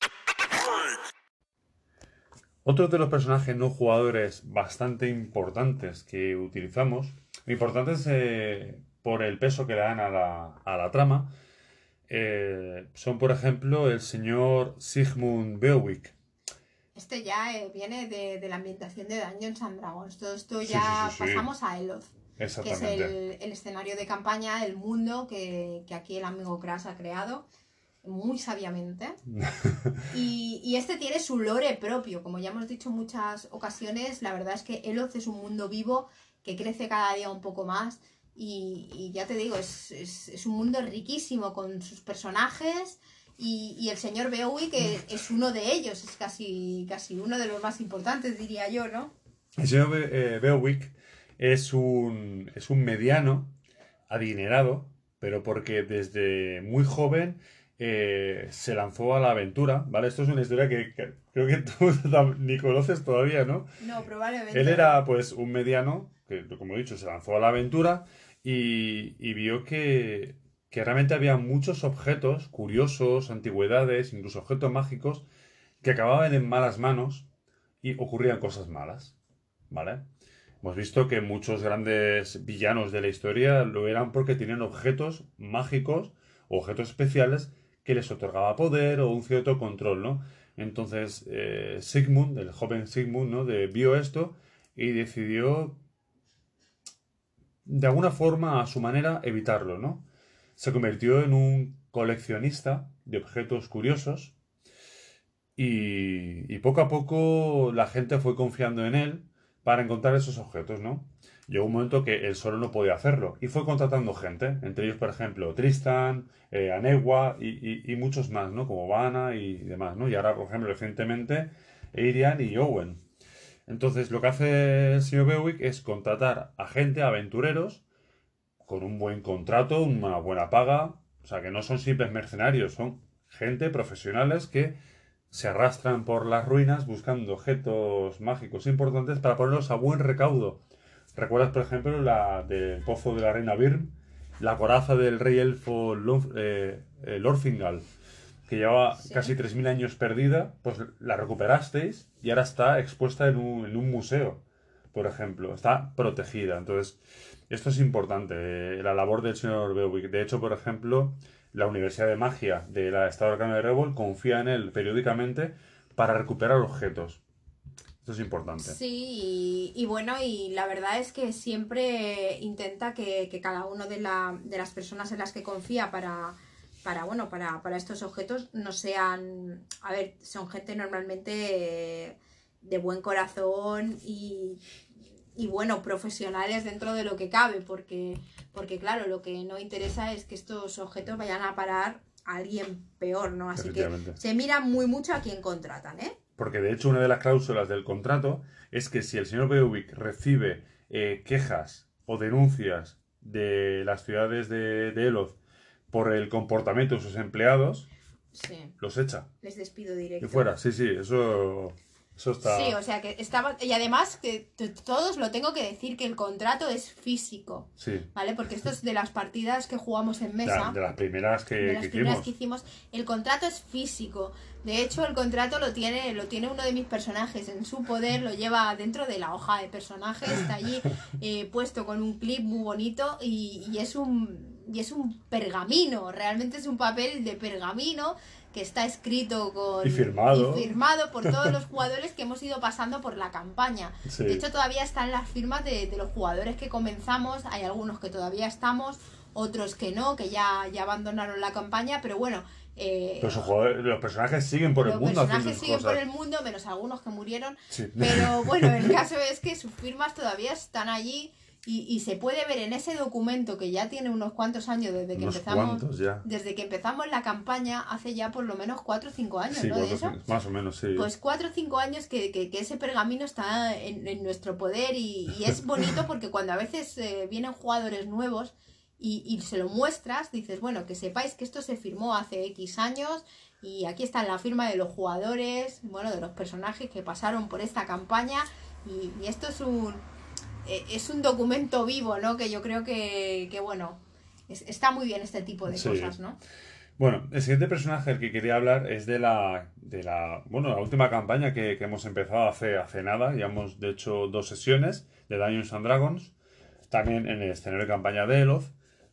Otros de los personajes no jugadores bastante importantes que utilizamos, importantes por el peso que le dan a la trama, son por ejemplo el señor Sigmund Beowulf. Este ya viene de la ambientación de Dungeons and Dragons. Todo esto Sí, sí, ya sí, sí. pasamos a Eloth, que es Exactamente. el escenario de campaña, el mundo que aquí el amigo Crash ha creado muy sabiamente. Y este tiene su lore propio, como ya hemos dicho en muchas ocasiones. La verdad es que Eloth es un mundo vivo que crece cada día un poco más. Y ya te digo, es un mundo riquísimo con sus personajes. Y el señor Beowulf, que es uno de ellos, es casi uno de los más importantes, diría yo, ¿no? El señor Beowulf es un mediano adinerado, pero porque desde muy joven se lanzó a la aventura, ¿vale? Esto es una historia que creo que tú ni conoces todavía, ¿no? No, Él probablemente no. era, pues, un mediano, que, como he dicho, se lanzó a la aventura y vio que realmente había muchos objetos curiosos, antigüedades, incluso objetos mágicos, que acababan en malas manos y ocurrían cosas malas, ¿vale? Hemos visto que muchos grandes villanos de la historia lo eran porque tenían objetos mágicos o objetos especiales que les otorgaba poder o un cierto control, ¿no? Entonces, Sigmund, el joven Sigmund, ¿no? Vio esto y decidió, de alguna forma, a su manera, evitarlo, ¿no? Se convirtió en un coleccionista de objetos curiosos y poco a poco la gente fue confiando en él para encontrar esos objetos, ¿no? Llegó un momento que él solo no podía hacerlo y fue contratando gente, entre ellos, por ejemplo, Tristan, Anegua y muchos más, ¿no? Como Vanna y demás, ¿no? Y ahora, por ejemplo, recientemente, Arian y Owen. Entonces, lo que hace el señor Bewick es contratar a gente, aventureros, con un buen contrato, una buena paga, o sea, que no son simples mercenarios, son gente profesionales que se arrastran por las ruinas buscando objetos mágicos importantes para ponerlos a buen recaudo. ¿Recuerdas, por ejemplo, la del pozo de la reina Byrne? La coraza del rey elfo Lorfingal, que llevaba Sí. casi 3000 años perdida, pues la recuperasteis y ahora está expuesta en un museo, por ejemplo. Está protegida. Entonces, esto es importante, la labor del señor Bewick. De hecho, por ejemplo, la Universidad de Magia de la Estado Arcano de Revol confía en él periódicamente para recuperar objetos. Esto es importante. Sí, y bueno, y la verdad es que siempre intenta que cada uno de las personas en las que confía bueno, para estos objetos no sean, a ver, son gente normalmente de buen corazón y bueno, profesionales dentro de lo que cabe, porque claro, lo que no interesa es que estos objetos vayan a parar a alguien peor, ¿no? Así que Efectivamente. se mira muy mucho a quién contratan, ¿eh? Porque de hecho una de las cláusulas del contrato es que si el señor Bewick recibe quejas o denuncias de las ciudades de Eloth por el comportamiento de sus empleados, Sí, los echa. les despido Y directo. fuera, sí, sí, eso Sí, está... o sea que estaba. Y además, que todos lo tengo que decir que el contrato es físico, Sí, ¿vale? Porque esto es de las partidas que jugamos en mesa, de las primeras de que las primeras que hicimos. hicimos. El contrato es físico. De hecho, el contrato lo tiene uno de mis personajes en su poder, lo lleva dentro de la hoja de personaje, está allí puesto con un clip muy bonito y es un pergamino, realmente es un papel de pergamino que está escrito Y y firmado. firmado por todos los jugadores que hemos ido pasando por la campaña. De Sí. hecho, todavía están las firmas de los jugadores que comenzamos, hay algunos que todavía estamos, otros que no, que ya abandonaron la campaña, pero bueno, Pero los personajes siguen por el los mundo haciendo personajes sus siguen por cosas. el mundo, menos algunos que murieron. Sí. Pero bueno, el caso es que sus firmas todavía están allí Y se puede ver en ese documento que ya tiene unos cuantos años desde que empezamos la campaña, hace ya por lo menos 4 o 5 años, Sí, ¿no? De eso. más o menos, sí. Pues 4 o 5 años que ese pergamino está en nuestro poder y es bonito porque cuando a veces vienen jugadores nuevos y se lo muestras, dices, bueno, que sepáis que esto se firmó hace X años y aquí está la firma de los jugadores, bueno, de los personajes que pasaron por esta campaña y esto es un documento vivo, ¿no? Que yo creo que bueno, está muy bien este tipo de cosas, ¿no? Bueno, el siguiente personaje del que quería hablar es de la bueno, la última campaña que hemos empezado hace nada. Llevamos, de hecho, 2 sesiones de Dungeons and Dragons. También en el escenario de campaña de Eloth.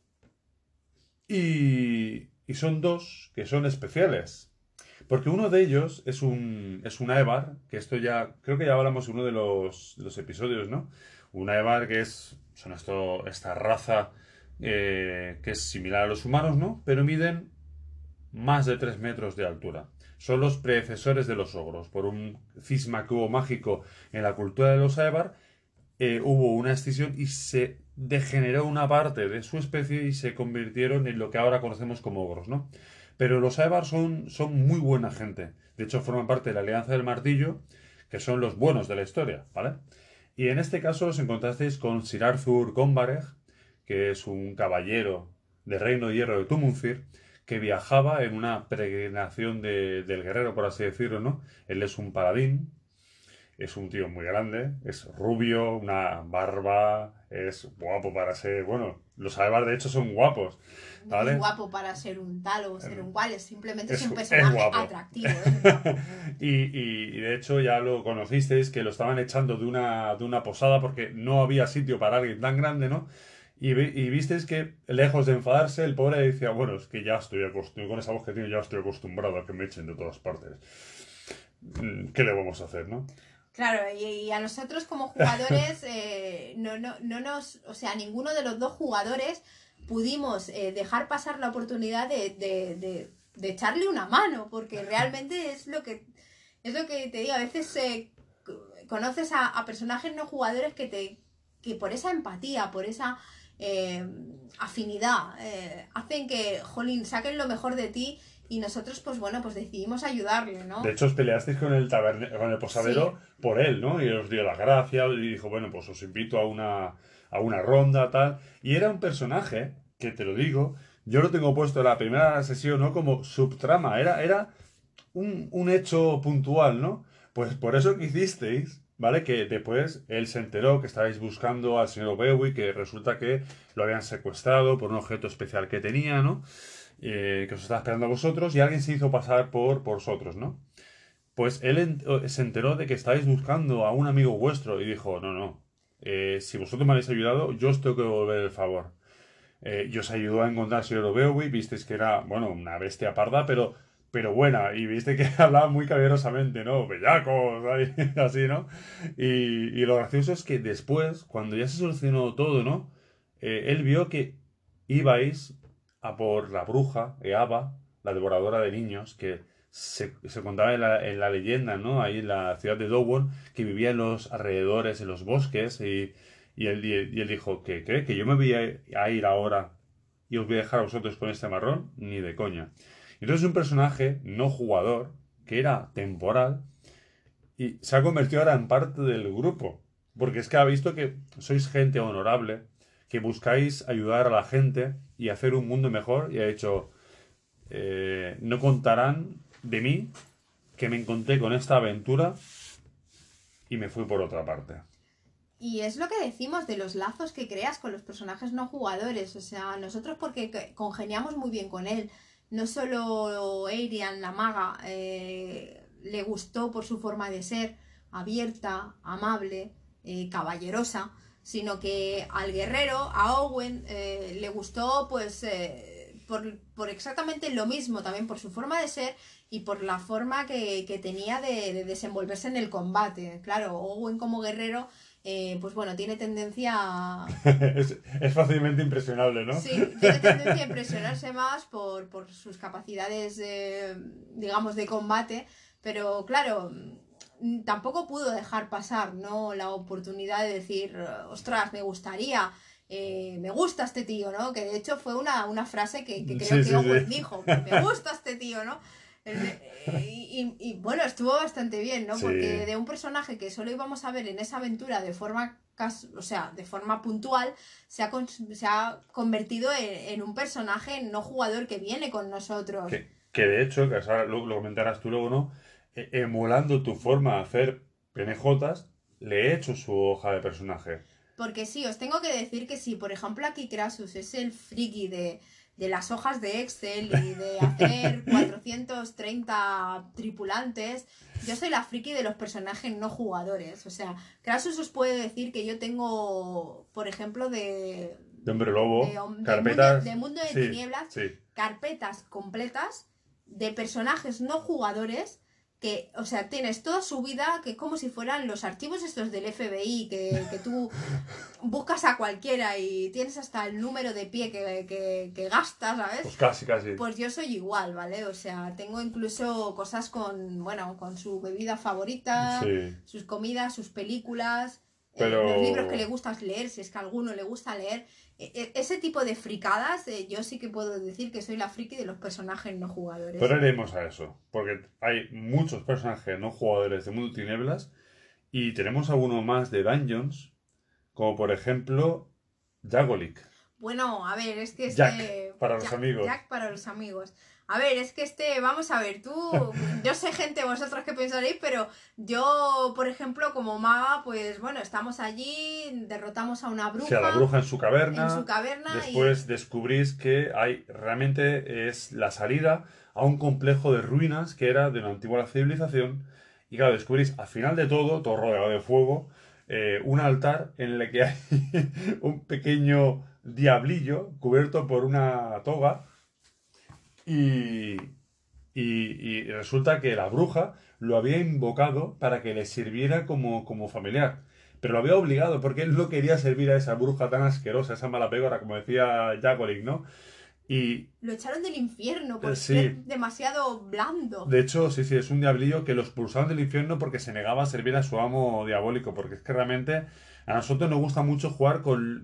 Y son 2 que son especiales. Porque uno de ellos es un Aevar, que esto ya, creo que ya hablamos en uno de los episodios, ¿no? Un Aevar que son esta raza que es similar a los humanos, ¿no? Pero miden más de 3 metros de altura. Son los predecesores de los ogros. Por un cisma que hubo mágico en la cultura de los Aevar, hubo una escisión y se degeneró una parte de su especie y se convirtieron en lo que ahora conocemos como ogros, ¿no? Pero los Aevar son muy buena gente. De hecho, forman parte de la Alianza del Martillo, que son los buenos de la historia, ¿vale? Y en este caso os encontrasteis con Sir Arthur Gombareg, que es un caballero del Reino de Hierro de Tumunzir, que viajaba en una peregrinación del guerrero, por así decirlo, ¿no? Él es un paladín, es un tío muy grande, es rubio, una barba, es guapo para ser... Bueno, los Aevar de hecho son guapos, ¿vale? No es guapo para ser un tal o ser un cual, simplemente es un personaje atractivo. Y de hecho ya lo conocisteis, que lo estaban echando de una posada porque no había sitio para alguien tan grande, ¿no? Y visteis que, lejos de enfadarse, el pobre decía, bueno, es que ya estoy acostumbrado, con esa voz que tiene, ya estoy acostumbrado a que me echen de todas partes. ¿Qué le vamos a hacer, no? Claro, y a nosotros como jugadores, o sea, ninguno de los 2 jugadores pudimos dejar pasar la oportunidad de echarle una mano, porque realmente es lo que te digo, a veces conoces a personajes no jugadores que por esa empatía, por esa afinidad, hacen que, jolín, saquen lo mejor de ti. Y nosotros, pues bueno, pues decidimos ayudarle, ¿no? De hecho, os peleasteis con el posadero por él, ¿no? Y os dio las gracias y dijo, bueno, pues os invito a una ronda, tal. Y era un personaje, que te lo digo, yo lo tengo puesto en la primera sesión, ¿no? Como subtrama, era un hecho puntual, ¿no? Pues por eso que hicisteis, ¿vale? Que después él se enteró que estabais buscando al señor Bewi, que resulta que lo habían secuestrado por un objeto especial que tenía, ¿no? Que os estaba esperando a vosotros y alguien se hizo pasar por vosotros, ¿no? Pues él se enteró de que estabais buscando a un amigo vuestro y dijo, no, si vosotros me habéis ayudado, yo os tengo que devolver el favor. Y os ayudó a encontrar al señor Bewi, visteis que era, bueno, una bestia parda, pero buena, y viste que hablaba muy caballerosamente, ¿no? Bellacos, así, ¿no? Y lo gracioso es que después, cuando ya se solucionó todo, ¿no? Él vio que ibais a por la bruja, Eava, la devoradora de niños, que se contaba en la leyenda, ¿no? Ahí en la ciudad de Dowon, que vivía en los alrededores, en los bosques, y él dijo, ¿Que yo me voy a ir ahora y os voy a dejar a vosotros con este marrón? Ni de coña. Entonces es un personaje no jugador, que era temporal, y se ha convertido ahora en parte del grupo. Porque es que ha visto que sois gente honorable, que buscáis ayudar a la gente y hacer un mundo mejor, y ha dicho, no contarán de mí, que me encontré con esta aventura y me fui por otra parte. Y es lo que decimos de los lazos que creas con los personajes no jugadores. O sea, nosotros porque congeniamos muy bien con él. No solo Eirian, la maga, le gustó por su forma de ser, abierta, amable, caballerosa, sino que al guerrero, a Owen, le gustó pues por exactamente lo mismo, también por su forma de ser y por la forma que tenía de desenvolverse en el combate. Claro, Owen como guerrero, pues bueno, tiene tendencia a... es fácilmente impresionable, ¿no? Sí, tiene tendencia a impresionarse más por sus capacidades, digamos, de combate, pero claro, tampoco pudo dejar pasar, ¿no? La oportunidad de decir, ostras, me gustaría, me gusta este tío, ¿no? Que de hecho fue una frase que creo Sí, que sí, Owen sí. dijo, me gusta este tío, ¿no? Y bueno, estuvo bastante bien, ¿no? Porque Sí. de un personaje que solo íbamos a ver en esa aventura de forma, o sea, de forma puntual, se ha convertido en un personaje no jugador que viene con nosotros. Que de hecho, que ahora lo comentarás tú luego, ¿no? Emulando tu forma de hacer PNJs, le he hecho su hoja de personaje. Porque sí, os tengo que decir que si, por ejemplo, aquí Krasus es el friki de las hojas de Excel y de hacer 430 tripulantes, yo soy la friki de los personajes no jugadores. O sea, Krasus os puede decir que yo tengo, por ejemplo, De hombre lobo, carpetas. de mundo de Sí, tinieblas, sí. carpetas completas de personajes no jugadores que, o sea, tienes toda su vida que es como si fueran los archivos estos del FBI, que tú buscas a cualquiera y tienes hasta el número de pie que gastas, ¿sabes? Pues casi, casi. Pues yo soy igual, ¿vale? O sea, tengo incluso cosas con, bueno, con su bebida favorita, Sí. sus comidas, sus películas, los libros que le Pero. gusta leer, si es que a alguno le gusta leer. Ese tipo de fricadas, yo sí que puedo decir que soy la friki de los personajes no jugadores. Pero iremos a eso. Porque hay muchos personajes no jugadores de Mundo Tinieblas. Y tenemos alguno más de Dungeons. Como por ejemplo. Jagolik. Bueno, a ver, es que Jack. Para los amigos. Jack para los amigos. A ver, es que vamos a ver, yo sé gente, vosotros que pensaréis, pero yo, por ejemplo, como maga, pues bueno, estamos allí, derrotamos a una Sí, a la bruja bruja en su en su caverna. caverna Después descubrís que hay realmente es la salida a un complejo de ruinas que era de una antigua civilización. Y claro, descubrís al final de todo rodeado de fuego, un altar en el que hay un pequeño diablillo cubierto por una toga. Y, y resulta que la bruja lo había invocado para que le sirviera como familiar. Pero lo había obligado porque él no quería servir a esa bruja tan asquerosa, esa mala pegora, como decía Jacqueline, ¿no? Y lo echaron del infierno por ser sí, demasiado blando. de hecho, sí, sí, es un diablillo que lo expulsaron del infierno porque se negaba a servir a su amo diabólico. Porque es que realmente a nosotros nos gusta mucho jugar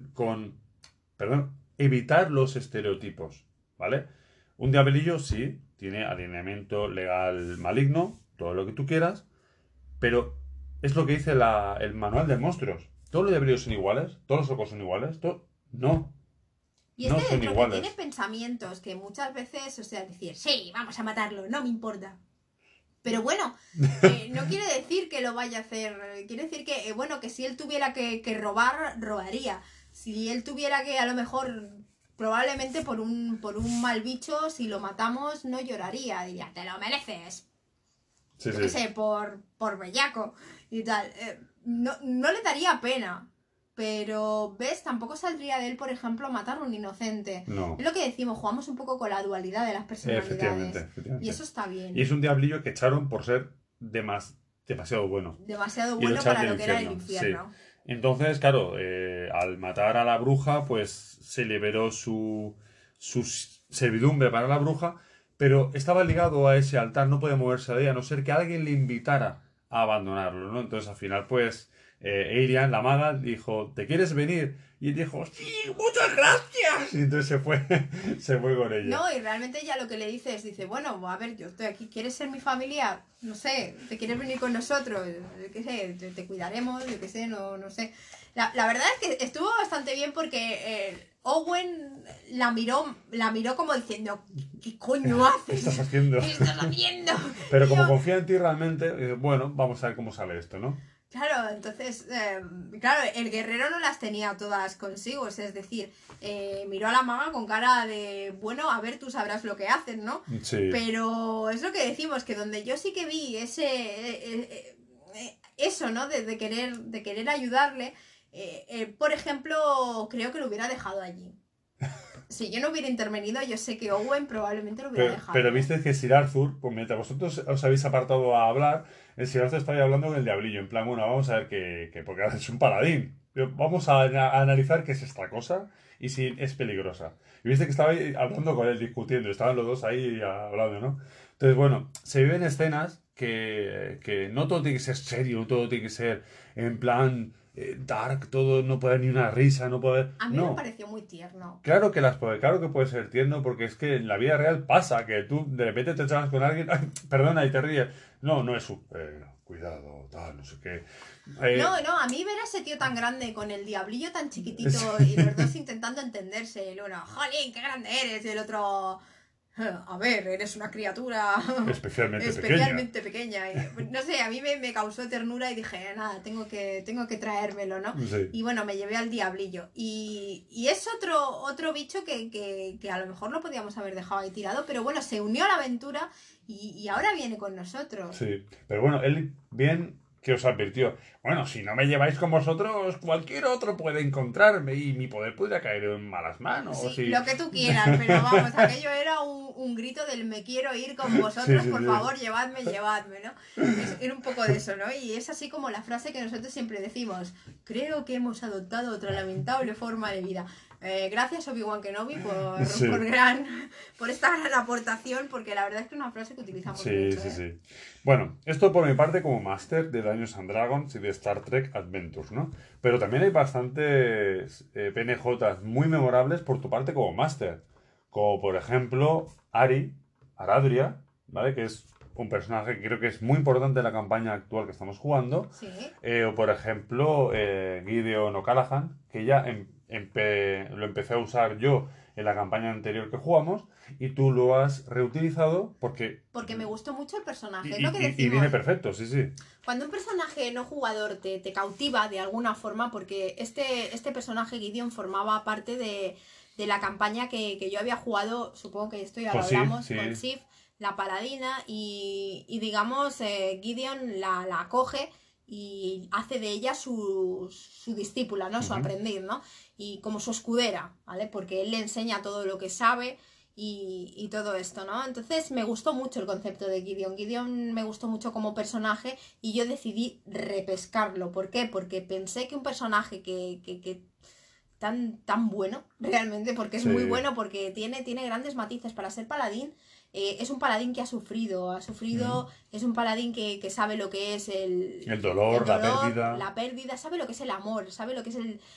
perdón, evitar los estereotipos, ¿vale? Un diablillo sí, tiene alineamiento legal maligno, todo lo que tú quieras, pero es lo que dice el manual de monstruos. ¿Todos los diablillos son iguales? ¿Todos los orcos son iguales? No, Y no este son dentro que tiene iguales. pensamientos que muchas veces, o sea, decir, sí, vamos a matarlo, no me importa. Pero bueno, no quiere decir que lo vaya a hacer. Quiere decir que, bueno, que si él tuviera que robar, robaría. Si él tuviera que, a lo mejor, probablemente por un mal bicho, si lo matamos, no lloraría. Diría, te lo mereces. Sí, Yo qué sí. sé, por bellaco y tal. No le daría pena. Pero, ¿ves? Tampoco saldría de él, por ejemplo, matar a un inocente. No. Es lo que decimos, jugamos un poco con la dualidad de las Efectivamente, personalidades. Y efectivamente. eso está Y bien. es un diablillo que echaron por ser demasiado bueno. Demasiado Y lo bueno echaron para del lo que era el infierno, sí. infierno. Entonces, claro, al matar a la bruja, pues se liberó su servidumbre para la bruja, pero estaba ligado a ese altar, no podía moverse de ahí, a no ser que alguien le invitara a abandonarlo, ¿no? Entonces, al final, pues, Arian, la maga, dijo, ¿te quieres venir? Y él dijo, sí, muchas gracias. Y entonces se fue, se fue con ella. No, y realmente ya lo que le dice es, dice, bueno, a ver, yo estoy aquí, ¿quieres ser mi familia? No sé, ¿te quieres venir con nosotros? Yo qué sé, te cuidaremos, yo qué sé, no sé. La verdad es que estuvo bastante bien porque Owen la miró como diciendo, ¿qué coño ¿Qué estás haces? haciendo? ¿Qué estás haciendo? Pero Y como yo, confía en ti realmente, bueno, vamos a ver cómo sale esto, ¿no? claro, entonces, claro, el guerrero no las tenía todas consigo, es decir, miró a la maga con cara de, bueno, a ver, tú sabrás lo que hacen, ¿no? Sí. Pero es lo que decimos, que donde yo sí que vi eso, ¿no? De querer ayudarle, por ejemplo, creo que lo hubiera dejado allí. Si yo no hubiera intervenido, yo sé que Owen probablemente lo hubiera dejado, Pero ¿eh? viste que Sir Arthur, pues mientras vosotros os habéis apartado a hablar, el Sir Arthur estaba ahí hablando con el diablillo. En plan, bueno, vamos a ver porque es un paladín. Pero vamos a analizar qué es esta cosa y si es peligrosa. Y viste que estaba ahí hablando con él, discutiendo. Estaban los dos ahí hablando, ¿no? Entonces, bueno, se viven escenas que no todo tiene que ser serio, no todo tiene que ser en plan dark, todo, no puede haber ni una risa, no puede haber... A mí me No, pareció muy tierno. claro que puede ser tierno, porque es que en la vida real pasa que tú de repente te echabas con alguien, "Ay, perdona", y te ríes. No, no es su... cuidado, tal, no sé qué. No, a mí ver a ese tío tan grande con el diablillo tan chiquitito y los dos intentando entenderse. El uno, jolín, qué grande eres. Y el otro, a ver, eres una criatura especialmente pequeña. Y, no sé, a mí me causó ternura y dije, nada, tengo que traérmelo, ¿no? Sí. Y bueno, me llevé al diablillo. Y es otro bicho que a lo mejor lo podíamos haber dejado ahí tirado, pero bueno, se unió a la aventura y ahora viene con nosotros. Sí, pero bueno, él bien que os advirtió, bueno, si no me lleváis con vosotros, cualquier otro puede encontrarme y mi poder podría caer en malas manos. Sí, y- lo que tú quieras, pero vamos, aquello era un grito del me quiero ir con vosotros, Sí, por sí. favor, llevadme, ¿no? Era un poco de eso, ¿no? Y es así como la frase que nosotros siempre decimos, creo que hemos adoptado otra lamentable forma de vida. Gracias Obi-Wan Kenobi Sí. por esta gran aportación, porque la verdad es que es una frase que utilizamos Sí, mucho. sí, ¿eh? sí. Bueno, esto por mi parte como máster de Dungeons and Dragons y de Star Trek Adventures, ¿no? Pero también hay bastantes PNJs muy memorables por tu parte como máster. Como por ejemplo Aradria, ¿vale? Que es un personaje que creo que es muy importante en la campaña actual que estamos jugando. Sí. O por ejemplo Gideon O'Callaghan, que ya lo empecé a usar yo en la campaña anterior que jugamos y tú lo has reutilizado porque Porque me gustó mucho el personaje, y, es lo que y- y decimos. viene perfecto, sí, sí. Cuando un personaje no jugador te cautiva de alguna forma, porque este personaje Gideon formaba parte de la campaña que yo había jugado, supongo que esto ya lo Con Sif, hablamos, sí. con Sif, la paladina, y digamos, Gideon la acoge y hace de ella su discípula, ¿no? Su Ujú. aprendiz, ¿no? Y como su escudera, ¿vale? Porque él le enseña todo lo que sabe y todo esto, ¿no? Entonces me gustó mucho el concepto de Gideon. Gideon me gustó mucho como personaje y yo decidí repescarlo. ¿Por qué? Porque pensé que un personaje que tan bueno, realmente, porque es Sí. muy bueno, porque tiene grandes matices para ser paladín. Es un paladín que ha sufrido, es un paladín que sabe lo que es El dolor, la pérdida, sabe lo que es el amor, sabe lo que es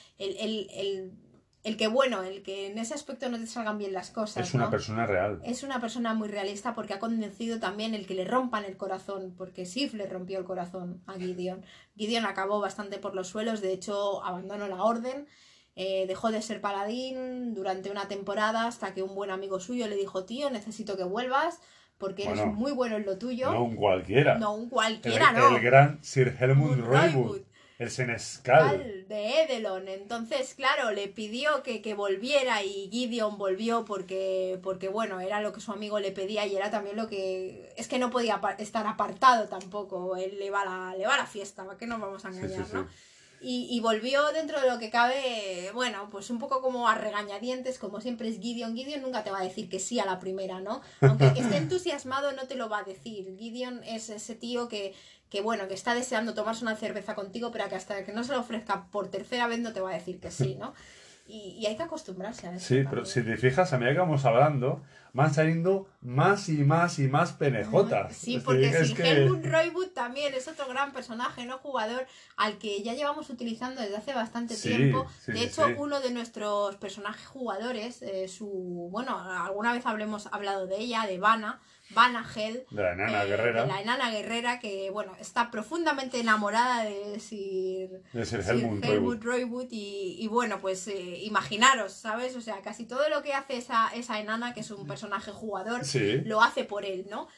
el que, bueno, el que en ese aspecto no te salgan bien las cosas. Es una ¿no? persona real. Es una persona muy realista porque ha convencido también el que le rompan el corazón, porque Sif le rompió el corazón a Gideon. Gideon acabó bastante por los suelos, de hecho abandonó la orden, dejó de ser paladín durante una temporada hasta que un buen amigo suyo le dijo, tío, necesito que vuelvas porque eres Bueno, muy bueno en lo tuyo. No un cualquiera. No un cualquiera, no. El gran Sir Helmut Roywood. Roywood. El Senescal. De Edelon. Entonces, claro, le pidió que volviera y Gideon volvió porque, bueno, era lo que su amigo le pedía y era también lo que... Es que no podía estar apartado tampoco. Él le va a la fiesta, ¿para qué nos vamos a engañar, Sí. no? Y volvió dentro de lo que cabe, bueno, pues un poco como a regañadientes, como siempre es Gideon. Gideon nunca te va a decir que sí a la primera, ¿no? Aunque esté entusiasmado, no te lo va a decir. Gideon es ese tío que bueno, que está deseando tomarse una cerveza contigo, pero que hasta que no se lo ofrezca por tercera vez no te va a decir que sí, ¿no? Y hay que acostumbrarse a eso. Sí, pero si te fijas, a medida que vamos hablando, van saliendo más y más y más penejotas. Sí, porque Helmut Roywood también es otro gran personaje, no jugador, al que ya llevamos utilizando desde hace bastante tiempo. De hecho, uno de nuestros personajes jugadores, bueno, alguna vez hablado de ella, de Vanna Hell, de la enana guerrera. De la enana guerrera que, bueno, está profundamente enamorada de Sir Helmut Roywood y bueno, pues imaginaros, ¿sabes? O sea, casi todo lo que hace esa enana, que es un personaje jugador, lo hace por él, ¿no?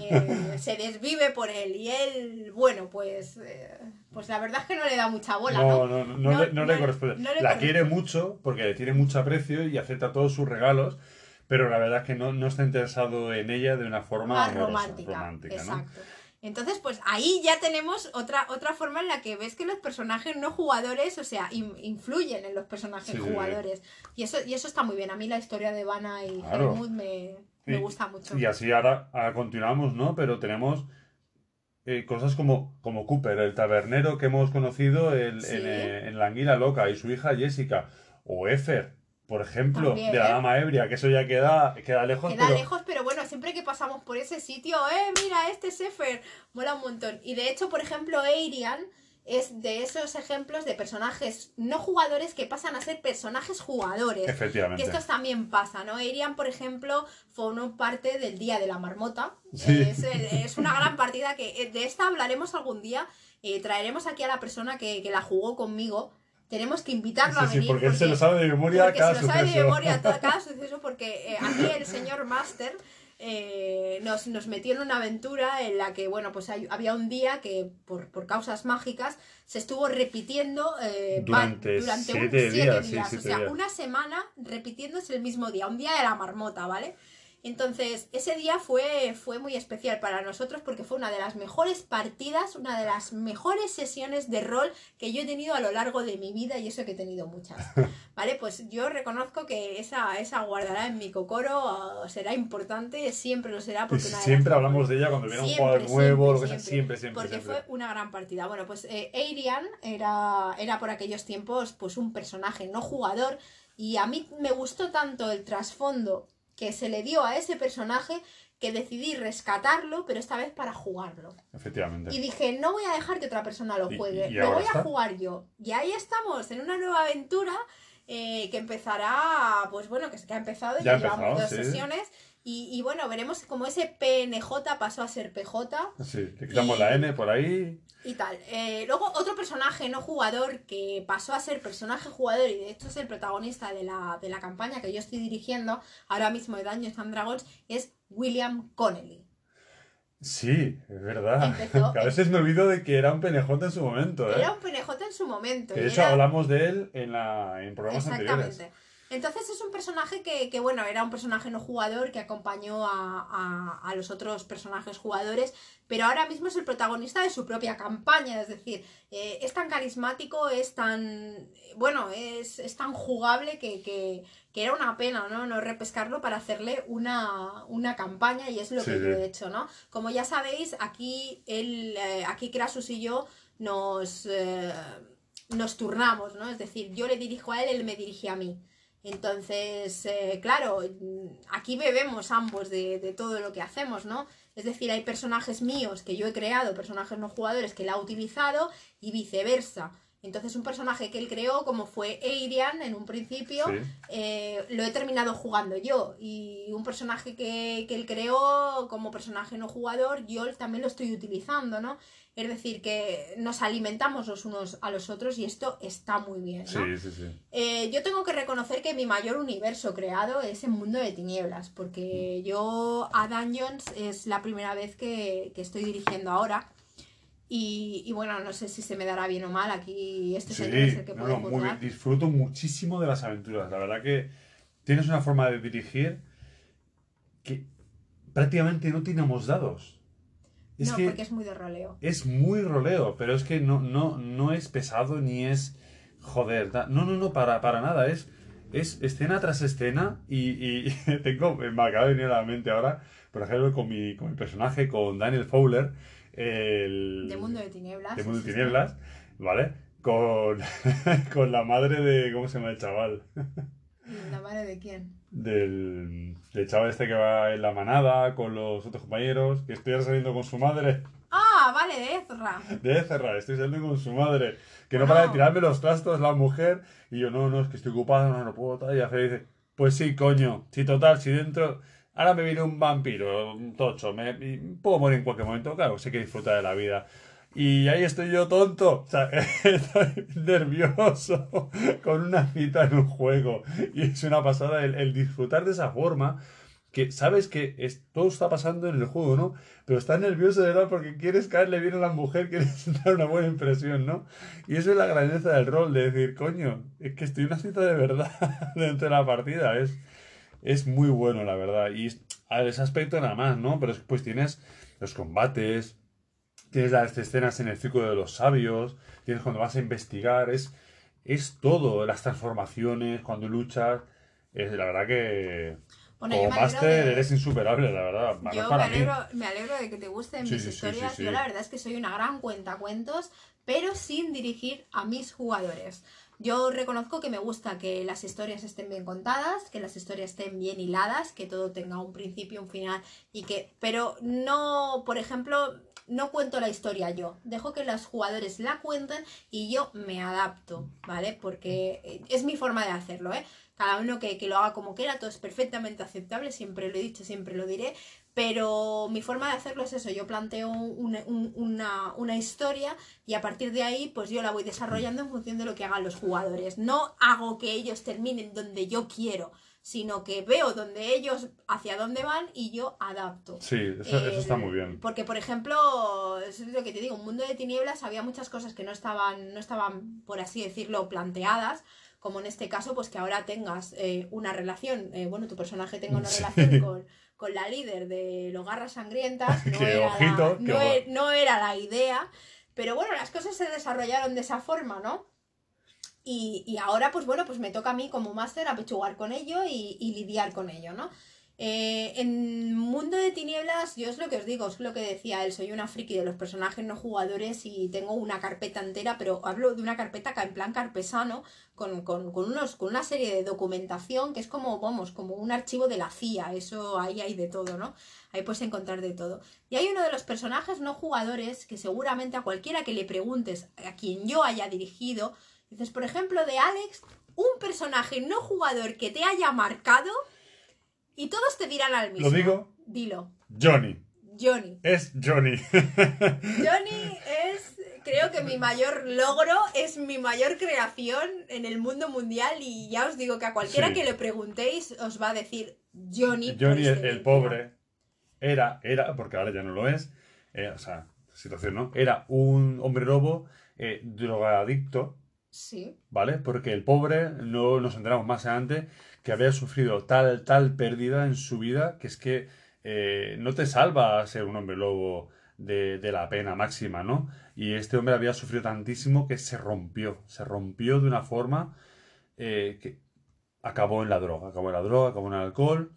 Se desvive por él y él, bueno, pues la verdad es que no le da mucha bola, no le corresponde. La quiere mucho porque le tiene mucho aprecio y acepta todos sus regalos. Pero la verdad es que no está interesado en ella de una forma romántica, exacto. ¿No? Entonces, pues ahí ya tenemos otra forma en la que ves que los personajes no jugadores, o sea, influyen en los personajes jugadores. Y eso está muy bien. A mí la historia de Vanna y Helmut me gusta mucho. Y así ahora continuamos, ¿no? Pero tenemos cosas como Cooper, el tabernero que hemos conocido en La Anguila Loca, y su hija Jessica, o Efer, por ejemplo, también, de la dama ebria, que eso ya queda lejos. Queda lejos, pero bueno, es siempre que pasamos por ese sitio, mira, este Sefer, mola un montón. Y de hecho, por ejemplo, Eirian es de esos ejemplos de personajes no jugadores que pasan a ser personajes jugadores. Efectivamente. Que estos también pasa, ¿no? Eirian, por ejemplo, formó parte del Día de la Marmota. Sí. Es una gran partida que de esta hablaremos algún día. Traeremos aquí a la persona que la jugó conmigo. Tenemos que invitarlo a venir. Porque él se lo sabe de memoria cada suceso. Se lo sabe de memoria cada suceso porque aquí el señor Master nos metió en una aventura en la que, bueno, pues había un día que por causas mágicas se estuvo repitiendo durante 7 días. Sí, o sea, una semana repitiéndose el mismo día, un día de la marmota, ¿vale? Entonces, ese día fue muy especial para nosotros porque fue una de las mejores partidas, una de las mejores sesiones de rol que yo he tenido a lo largo de mi vida, y eso que he tenido muchas. ¿Vale? Pues yo reconozco que esa guardará en mi cocoro, será importante, siempre lo será. Porque siempre hablamos de ella cuando viene un jugador nuevo, lo que sea, siempre. Porque fue una gran partida. Bueno, pues Eirian era por aquellos tiempos pues un personaje no jugador, y a mí me gustó tanto el trasfondo que se le dio a ese personaje que decidí rescatarlo, pero esta vez para jugarlo. Efectivamente. Y dije, no voy a dejar que otra persona lo juegue, lo voy a jugar yo. Y ahí estamos, en una nueva aventura que empezará, pues bueno, que ha empezado, ya llevamos 2 sesiones. Y bueno, veremos cómo ese PNJ pasó a ser PJ. Sí, le quitamos la N por ahí. Y tal. Luego, otro personaje no jugador que pasó a ser personaje jugador, y de hecho es el protagonista de la campaña que yo estoy dirigiendo ahora mismo de Dungeons and Dragons, es William Connelly. Sí, es verdad. Que a veces me olvido de que era un PNJ en su momento. Era un PNJ en su momento. Que de hecho hablamos de él en programas anteriores. Entonces es un personaje que, bueno, era un personaje no jugador que acompañó a los otros personajes jugadores, pero ahora mismo es el protagonista de su propia campaña. Es decir, es tan carismático, es tan, bueno, es tan jugable que era una pena, ¿no? No repescarlo para hacerle una campaña, y es lo que yo he hecho, ¿no? Como ya sabéis, aquí Krasus y yo nos turnamos, ¿no? Es decir, yo le dirijo a él me dirige a mí. Entonces, claro, aquí bebemos ambos de todo lo que hacemos, ¿no? Es decir, hay personajes míos que yo he creado, personajes no jugadores que él ha utilizado, y viceversa. Entonces, un personaje que él creó, como fue Eirian en un principio, lo he terminado jugando yo. Y un personaje que él creó como personaje no jugador, yo también lo estoy utilizando, ¿no? Es decir, que nos alimentamos los unos a los otros, y esto está muy bien, ¿no? Sí. Yo tengo que reconocer que mi mayor universo creado es en Mundo de Tinieblas, porque yo a Dungeons es la primera vez que estoy dirigiendo ahora. Y bueno, no sé si se me dará bien o mal. Aquí señor es el que puede juzgar. Muy bien. Disfruto muchísimo de las aventuras. La verdad que tienes una forma de dirigir que prácticamente no tenemos dados. Porque es muy de roleo. Es muy roleo, pero es que no es pesado ni es... Joder, no, para nada. Es escena tras escena, y me acaba de venir a la mente ahora, por ejemplo, con mi personaje, con Daniel Fowler, de Mundo de Tinieblas. De Mundo de Tinieblas, ¿vale? Con la madre de... ¿Cómo se llama el chaval? ¿La madre de quién? Del chaval este que va en la manada con los otros compañeros, que estoy saliendo con su madre. Ah, vale, de Ezra. De Ezra, estoy saliendo con su madre. Que no para de tirarme los trastos la mujer. Y yo, no, es que estoy ocupado, no puedo tal. Y hace dice, pues sí, coño. Sí, total, si dentro... Ahora me viene un vampiro, un tocho. Puedo morir en cualquier momento. Claro, sé que disfruta de la vida. Y ahí estoy yo tonto. O sea, estoy nervioso con una cita en un juego. Y es una pasada el disfrutar de esa forma. Que sabes que todo está pasando en el juego, ¿no? Pero estás nervioso de verdad porque quieres caerle bien a la mujer, quieres dar una buena impresión, ¿no? Y eso es la grandeza del rol, de decir, coño, es que estoy en una cita de verdad dentro de la partida. Es muy bueno, la verdad. Y a ese aspecto nada más, ¿no? Pero después tienes los combates, tienes las escenas en el Círculo de los Sabios, tienes cuando vas a investigar, es todo, las transformaciones, cuando luchas. La verdad que... Bueno, como máster eres insuperable, la verdad. Yo me alegro de que te gusten mis historias. Sí. Yo la verdad es que soy una gran cuentacuentos, pero sin dirigir a mis jugadores. Yo reconozco que me gusta que las historias estén bien contadas, que las historias estén bien hiladas, que todo tenga un principio, un final y que... Pero no, por ejemplo, no cuento la historia yo. Dejo que los jugadores la cuenten y yo me adapto, ¿vale? Porque es mi forma de hacerlo, ¿eh? Cada uno que lo haga como quiera, todo es perfectamente aceptable, siempre lo he dicho, siempre lo diré, pero mi forma de hacerlo es eso, yo planteo una historia y a partir de ahí pues yo la voy desarrollando en función de lo que hagan los jugadores. No hago que ellos terminen donde yo quiero, sino que veo donde ellos, hacia dónde van y yo adapto. Sí, eso está muy bien. Porque, por ejemplo, eso es lo que te digo, en Mundo de Tinieblas había muchas cosas que no estaban, por así decirlo, planteadas, como en este caso, pues que ahora tengas una relación, bueno, tu personaje tenga una Sí. relación con la líder de los Garras Sangrientas, no era la idea, pero bueno, las cosas se desarrollaron de esa forma, ¿no? Y ahora, pues bueno, pues me toca a mí como máster apechugar con ello y lidiar con ello, ¿no? En Mundo de Tinieblas, yo es lo que os digo, es lo que decía él, soy una friki de los personajes no jugadores y tengo una carpeta entera, pero hablo de una carpeta en plan carpesano, con una serie de documentación que es como, vamos, como un archivo de la CIA, eso ahí hay de todo, ¿no? Ahí puedes encontrar de todo. Y hay uno de los personajes no jugadores que seguramente a cualquiera que le preguntes, a quien yo haya dirigido, dices, por ejemplo, de Alex, un personaje no jugador que te haya marcado y todos te dirán al mismo. ¿Lo digo? Dilo. Johnny. Johnny. Es Johnny. Johnny es, creo que mi mayor logro, es mi mayor creación en el mundo mundial y ya os digo que a cualquiera que le preguntéis os va a decir Johnny. Johnny, el pobre, era, porque ahora ya no lo es, o sea, situación, ¿no? Era un hombre lobo drogadicto. Sí. ¿Vale? Porque el pobre, no nos enteramos más adelante, que había sufrido tal pérdida en su vida que es que no te salva ser un hombre lobo de la pena máxima, ¿no? Y este hombre había sufrido tantísimo que se rompió de una forma que acabó en la droga, acabó en el alcohol.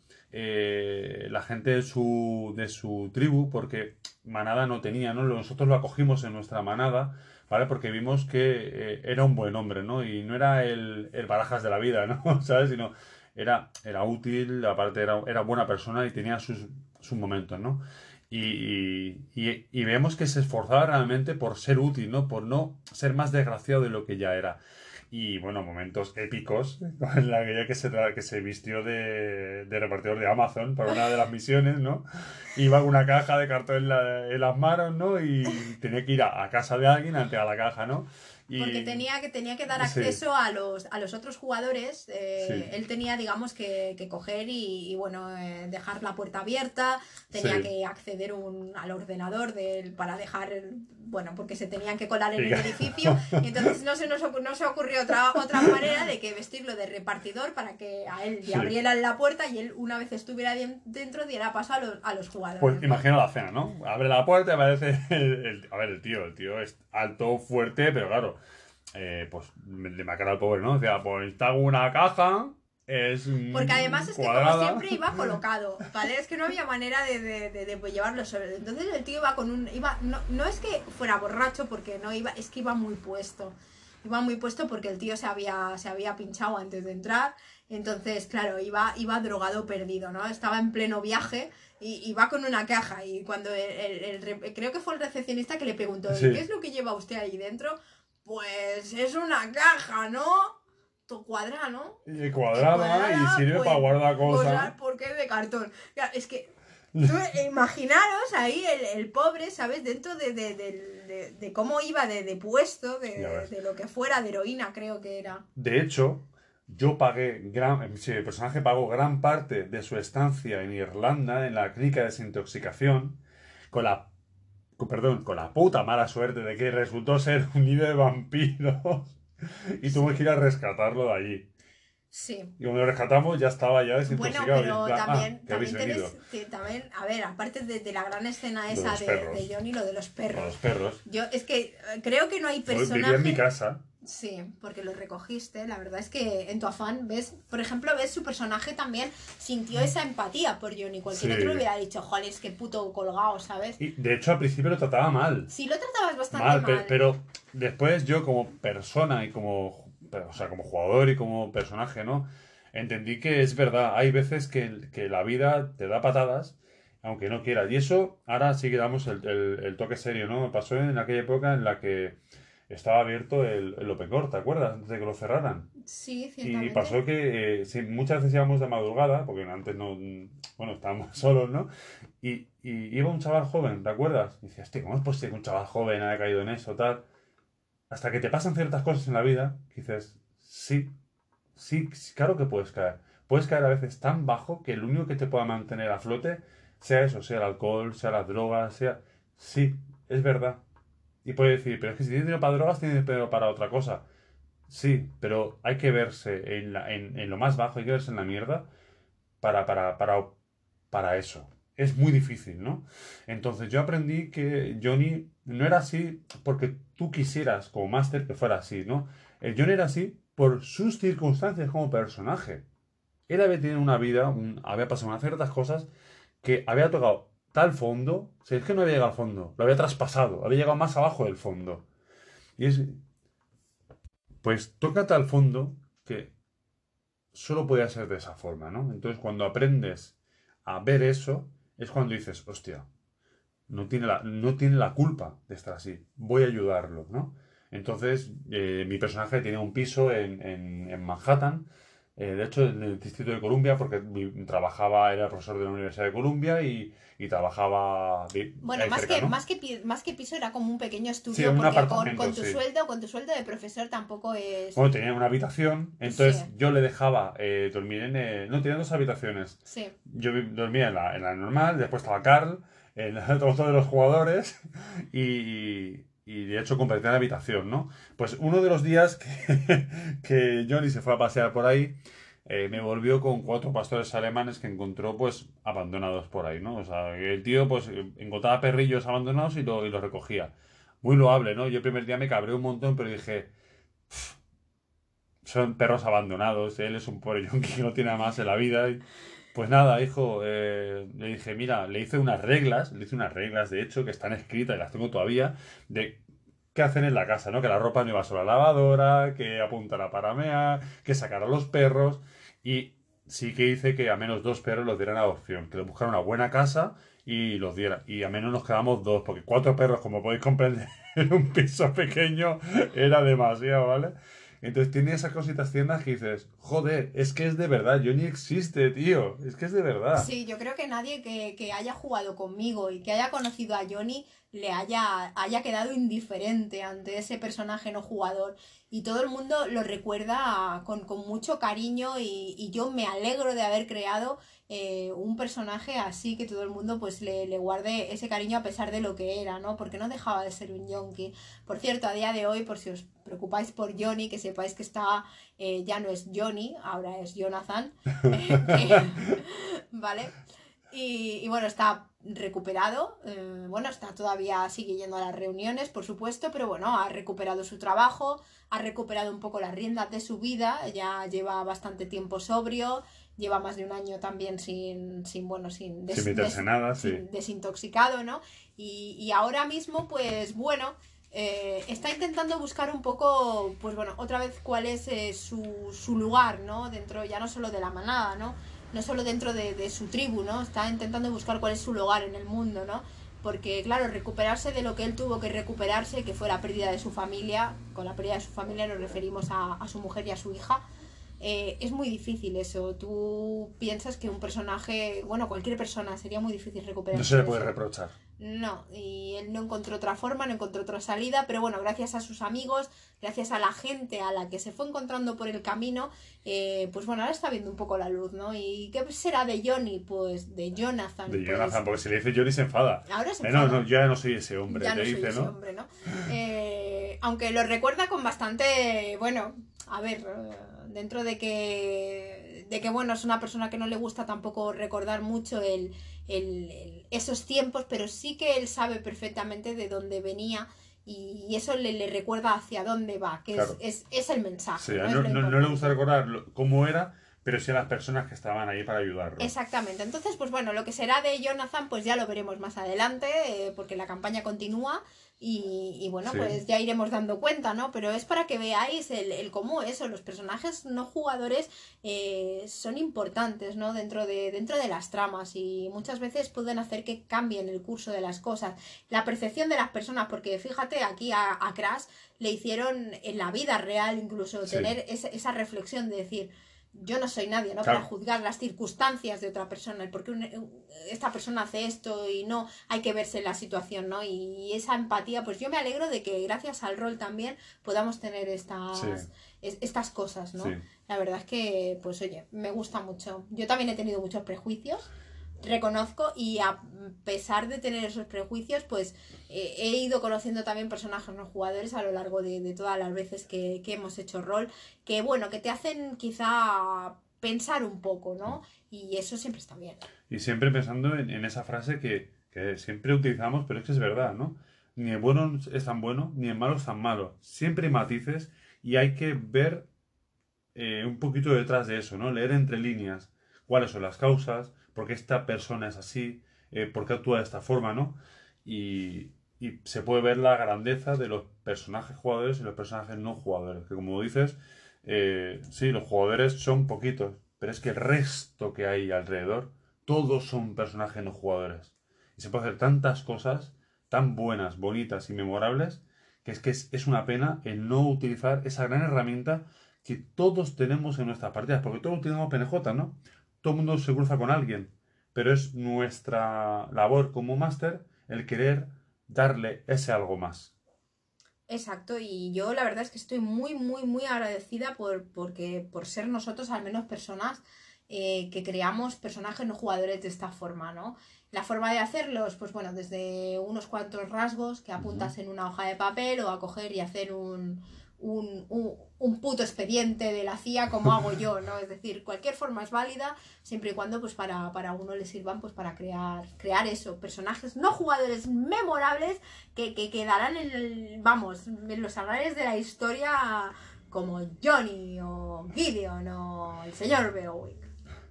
La gente de su tribu, porque manada no tenía, ¿no? Nosotros lo acogimos en nuestra manada, ¿vale? Porque vimos que era un buen hombre, ¿no? Y no era el barajas de la vida, ¿no? ¿Sabes? Sino era útil, aparte era buena persona y tenía sus momentos, ¿no? Y vemos que se esforzaba realmente por ser útil, ¿no? Por no ser más desgraciado de lo que ya era. Y bueno, momentos épicos en la que se vistió de repartidor de Amazon para una de las misiones, ¿no? Iba con una caja de cartón en las manos, ¿no? Y tenía que ir a casa de alguien ante a la caja, ¿no? Porque tenía que dar acceso a los otros jugadores. Él tenía, digamos, que coger y bueno, dejar la puerta abierta, tenía que acceder al ordenador para dejar, bueno, porque se tenían que colar en el edificio. Y entonces no se ocurrió otra manera de que vestirlo de repartidor para que a él le abrieran la puerta y él, una vez estuviera dentro, diera paso a los jugadores. Pues imagina la cena, ¿no? Abre la puerta y aparece el tío es alto, fuerte, pero claro, pues le marcará al pobre, ¿no? O sea, pues te hago una caja, porque además es cuadrada. Que como siempre iba colocado, ¿vale? Es que no había manera de llevarlo sobre. Entonces el tío iba con no es que fuera borracho porque no iba, es que iba muy puesto. Iba muy puesto porque el tío se había pinchado antes de entrar. Entonces, claro, iba drogado perdido, ¿no? Estaba en pleno viaje y va con una caja. Y cuando creo que fue el recepcionista que le preguntó, ¿qué es lo que lleva usted ahí dentro? Pues es una caja, ¿no? Cuadrada, ¿no? Y cuadrada y sirve pues, para guardar cosas. Porque es de cartón. Claro, es que imaginaros ahí el pobre, ¿sabes? Dentro de cómo iba de puesto, de lo que fuera, de heroína creo que era. De hecho, yo pagué el personaje pagó gran parte de su estancia en Irlanda, en la clínica de desintoxicación, con la puta mala suerte de que resultó ser un nido de vampiros y tuve que ir a rescatarlo de allí. Sí. Y cuando lo rescatamos ya estaba ya desintoxicado. Bueno, pero también, a ver, aparte de la gran escena esa de Johnny, lo de los perros. Los perros. Yo es que creo que no hay personaje... Vivía en mi casa. Sí, porque lo recogiste. La verdad es que en tu afán ves, por ejemplo, ves su personaje también sintió esa empatía por Johnny. Cualquier otro hubiera dicho, joder, es que puto colgado, ¿sabes? Y de hecho al principio lo trataba mal. Sí, lo tratabas bastante mal. Pero después yo como persona y como o sea, como jugador y como personaje, ¿no? Entendí que es verdad, hay veces que la vida te da patadas, aunque no quieras. Y eso, ahora sí que damos el toque serio, ¿no? Me pasó en aquella época en la que estaba abierto el Open Core, ¿te acuerdas? Antes de que lo cerraran. Sí, Y ciertamente. pasó que sí, muchas veces íbamos de madrugada, porque antes no, bueno, estábamos solos, ¿no? Y iba un chaval joven, ¿te acuerdas? Y decías, hostia, ¿cómo es posible que un chaval joven haya caído en eso, tal? Hasta que te pasan ciertas cosas en la vida, que dices, sí, sí, sí, claro que puedes caer. Puedes caer a veces tan bajo que lo único que te pueda mantener a flote sea eso, sea el alcohol, sea las drogas, sea... Sí, es verdad. Y puedes decir, pero es que si tienes dinero para drogas, tienes dinero para otra cosa. Sí, pero hay que verse en lo más bajo, hay que verse en la mierda para, para, para, para eso. Es muy difícil, ¿no? Entonces yo aprendí que Johnny no era así porque tú quisieras como máster que fuera así, ¿no? El Johnny era así por sus circunstancias como personaje. Él había tenido una vida, había pasado unas ciertas cosas que había tocado tal fondo, o sea, es que no había llegado al fondo, lo había traspasado, había llegado más abajo del fondo. Y es, pues toca tal fondo que solo podía ser de esa forma, ¿no? Entonces, cuando aprendes a ver eso, es cuando dices, hostia, no tiene la culpa de estar así, voy a ayudarlo, ¿no? Entonces, mi personaje tiene un piso en Manhattan, de hecho, en el Distrito de Columbia, porque trabajaba, era profesor de la Universidad de Columbia y trabajaba Bueno, ahí cerca, ¿no? más que piso era como un pequeño Sí, estudio un porque apartamento, sí. con tu sueldo de profesor tampoco es... Bueno, tenía una habitación, Sí, entonces yo le dejaba dormir no, tenía dos habitaciones. sí. Yo dormía en la normal, después estaba Carl, en otro de los jugadores, y de hecho compartí la habitación, ¿no? Pues uno de los días que Johnny se fue a pasear por ahí, me volvió con cuatro pastores alemanes que encontró, pues, abandonados por ahí, ¿no? O sea, el tío, pues, encontraba perrillos abandonados y los recogía. Muy loable, ¿no? Yo el primer día me cabré un montón, pero dije son perros abandonados, él es un pobre yonki que no tiene nada más en la vida. Pues nada, hijo, le dije, mira, le hice unas reglas, de hecho, que están escritas y las tengo todavía, de qué hacen en la casa, ¿no? Que la ropa no iba solo a la lavadora, que apuntara para mear, que sacara a los perros, y sí que hice que a menos dos perros los dieran a adopción, que les buscara una buena casa y los diera. Y a menos nos quedamos dos, porque cuatro perros, como podéis comprender, en un piso pequeño era demasiado, ¿vale? Entonces tiene esas cositas tiernas que dices, joder, es que es de verdad, Johnny existe, tío, es que es de verdad. Sí, yo creo que nadie que haya jugado conmigo y que haya conocido a Johnny haya quedado indiferente ante ese personaje no jugador. Y todo el mundo lo recuerda con mucho cariño y yo me alegro de haber creado un personaje así que todo el mundo pues le guarde ese cariño a pesar de lo que era, ¿no? Porque no dejaba de ser un yonki. Por cierto, a día de hoy, por si os preocupáis por Johnny, que sepáis que está, ya no es Johnny, ahora es Jonathan, que, ¿vale? Y bueno, está recuperado, bueno, está todavía, sigue yendo a las reuniones, por supuesto, pero bueno, ha recuperado su trabajo, ha recuperado un poco las riendas de su vida, ya lleva bastante tiempo sobrio, lleva más de un año también bueno, Sin meterse nada, sí. sin desintoxicado, ¿no? Y ahora mismo, pues bueno, está intentando buscar un poco, pues bueno, otra vez cuál es su lugar, ¿no? Dentro ya no solo de la manada, ¿no? No solo dentro de su tribu, ¿no? Está intentando buscar cuál es su lugar en el mundo, ¿no? Porque, claro, recuperarse de lo que él tuvo que recuperarse, que fue la pérdida de su familia, con la pérdida de su familia nos referimos a su mujer y a su hija, es muy difícil eso. Tú piensas que un personaje, bueno, cualquier persona, sería muy difícil No se recuperarse le de puede eso. reprochar. No, y él no encontró otra forma, no encontró otra salida, pero bueno, gracias a sus amigos, gracias a la gente a la que se fue encontrando por el camino, pues bueno, ahora está viendo un poco la luz, ¿no? ¿Y qué será de Johnny? Pues de Jonathan, De pues Jonathan, porque si le dice Johnny se enfada. ahora se No, no, enfada. yo ya no soy ese hombre, Ya te no soy dice, ese ¿no? hombre, ¿no? Aunque lo recuerda con bastante, bueno, a ver, dentro de que, bueno, es una persona que no le gusta tampoco recordar mucho esos tiempos, pero sí que él sabe perfectamente de dónde venía y eso le recuerda hacia dónde va, que Claro. es el Sí, mensaje, a ¿no? él Es no, lo no le gusta importante. recordar cómo era, pero sí a las personas que estaban ahí para ayudarlo. Exactamente. Entonces, pues bueno, lo que será de Jonathan, pues ya lo veremos más adelante, porque la campaña continúa y bueno, Sí. pues ya iremos dando cuenta, ¿no? Pero es para que veáis el cómo eso, los personajes no jugadores son importantes, ¿no? Dentro de las tramas y muchas veces pueden hacer que cambien el curso de las cosas. La percepción de las personas, porque fíjate, aquí a Crash le hicieron en la vida real incluso Sí. tener esa reflexión de decir, yo no soy nadie, ¿no? Claro. Para juzgar las circunstancias de otra persona, el por qué esta persona hace esto y no, hay que verse en la situación, ¿no? Y esa empatía, pues yo me alegro de que gracias al rol también podamos tener estas cosas, ¿no? Sí. La verdad es que, pues oye, me gusta mucho. Yo también he tenido muchos prejuicios, reconozco, y a pesar de tener esos prejuicios, pues he ido conociendo también personajes no jugadores a lo largo de todas las veces que hemos hecho rol, que bueno, que te hacen quizá pensar un poco, ¿no? Y eso siempre está bien. Y siempre pensando en esa frase que siempre utilizamos, pero es que es verdad, ¿no? Ni el bueno es tan bueno, ni el malo es tan malo. Siempre hay matices y hay que ver un poquito detrás de eso, ¿no? Leer entre líneas cuáles son las causas, por qué esta persona es así, por qué actúa de esta forma, ¿no? Y se puede ver la grandeza de los personajes jugadores y los personajes no jugadores. Que como dices, sí, los jugadores son poquitos, pero es que el resto que hay alrededor, todos son personajes no jugadores. Y se puede hacer tantas cosas tan buenas, bonitas y memorables que es una pena el no utilizar esa gran herramienta que todos tenemos en nuestras partidas, porque todos tenemos PNJ, ¿no? Todo el mundo se cruza con alguien, pero es nuestra labor como máster el querer darle ese algo más. Exacto, y yo la verdad es que estoy muy, muy, muy agradecida por ser nosotros al menos personas que creamos personajes no jugadores de esta forma, ¿no? La forma de hacerlos, pues bueno, desde unos cuantos rasgos que apuntas en una hoja de papel o a coger y hacer un puto expediente de la CIA como hago yo, ¿no? Es decir, cualquier forma es válida siempre y cuando pues para uno le sirvan pues para crear eso, personajes no jugadores memorables que quedarán en los anales de la historia como Johnny o Gideon o el señor Beowulf.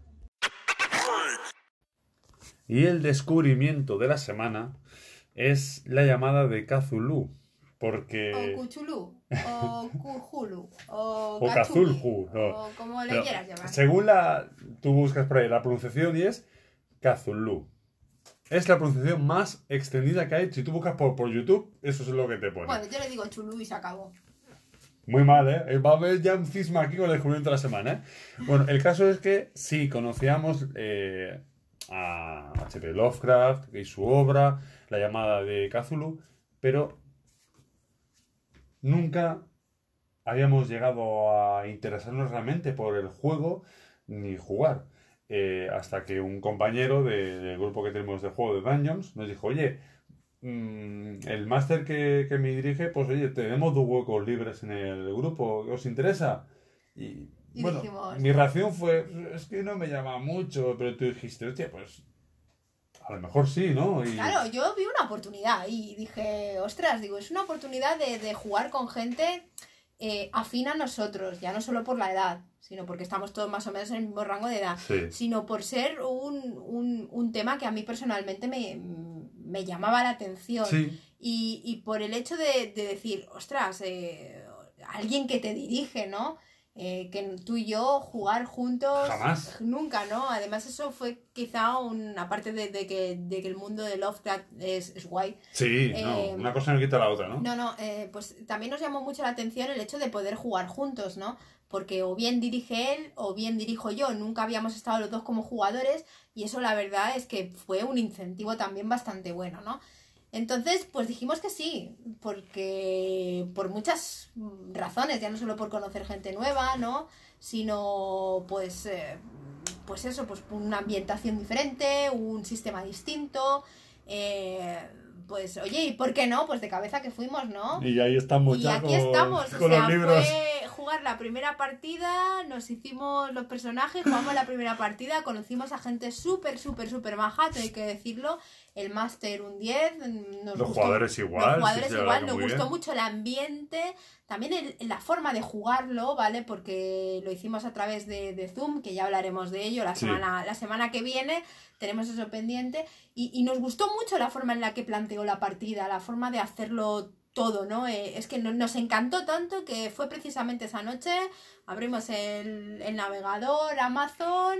Y el descubrimiento de la semana es la llamada de Cthulhu, O porque... Cuchulú, o Cujulu, o O Cachuli, Cthulhu, no. o como le Pero quieras llamar. según tú buscas por ahí la pronunciación y es Cthulhu. Es la pronunciación más extendida que hay. Si tú buscas por YouTube, eso es lo que te pone. Bueno, yo le digo Chulú y se acabó. Muy mal, ¿eh? Va a haber ya un cisma aquí con el descubrimiento de la semana, ¿eh? Bueno, el caso es que sí, conocíamos a H.P. Lovecraft y su obra, La llamada de Cthulhu, pero nunca habíamos llegado a interesarnos realmente por el juego ni jugar. Hasta que un compañero del grupo que tenemos de juego de Dungeons nos dijo, oye, el máster que me dirige, pues oye, tenemos 2 huecos libres en el grupo, ¿os interesa? Y Bueno, dijimos, mi reacción fue, es que no me llama mucho, pero tú dijiste, hostia, pues a lo mejor sí, ¿no? Y claro, yo vi una oportunidad y dije, ostras, digo, es una oportunidad de jugar con gente afín a nosotros, ya no solo por la edad, sino porque estamos todos más o menos en el mismo rango de edad, sí, sino por ser un tema que a mí personalmente me llamaba la atención. sí, Y por el hecho de decir, ostras, alguien que te dirige, ¿no? Que tú y yo jugar juntos jamás. nunca, ¿no? Además eso fue quizá aparte de que el mundo de Lovecraft es guay. Sí, no, una cosa no quita la otra, ¿no? No, pues también nos llamó mucho la atención el hecho de poder jugar juntos, ¿no? Porque o bien dirige él o bien dirijo yo, nunca habíamos estado los dos como jugadores y eso la verdad es que fue un incentivo también bastante bueno, ¿no? Entonces, pues dijimos que sí, porque por muchas razones, ya no solo por conocer gente nueva, ¿no? Sino, pues eso, pues una ambientación diferente, un sistema distinto, pues oye, ¿y por qué no? Pues de cabeza que fuimos, ¿no? Y ahí estamos Y ya aquí estamos, o con sea, los libros. jugar la primera partida, nos hicimos los personajes, jugamos la primera partida, conocimos a gente súper maja, tengo que decirlo. El máster un 10, los jugadores igual. Los jugadores sí, igual, nos gustó mucho el ambiente, también la forma de jugarlo, ¿vale? Porque lo hicimos a través de Zoom, que ya hablaremos de ello la semana que viene, tenemos eso pendiente, y nos gustó mucho la forma en la que planteó la partida, la forma de hacerlo todo, ¿no? Es que nos encantó tanto que fue precisamente esa noche, abrimos el navegador, Amazon,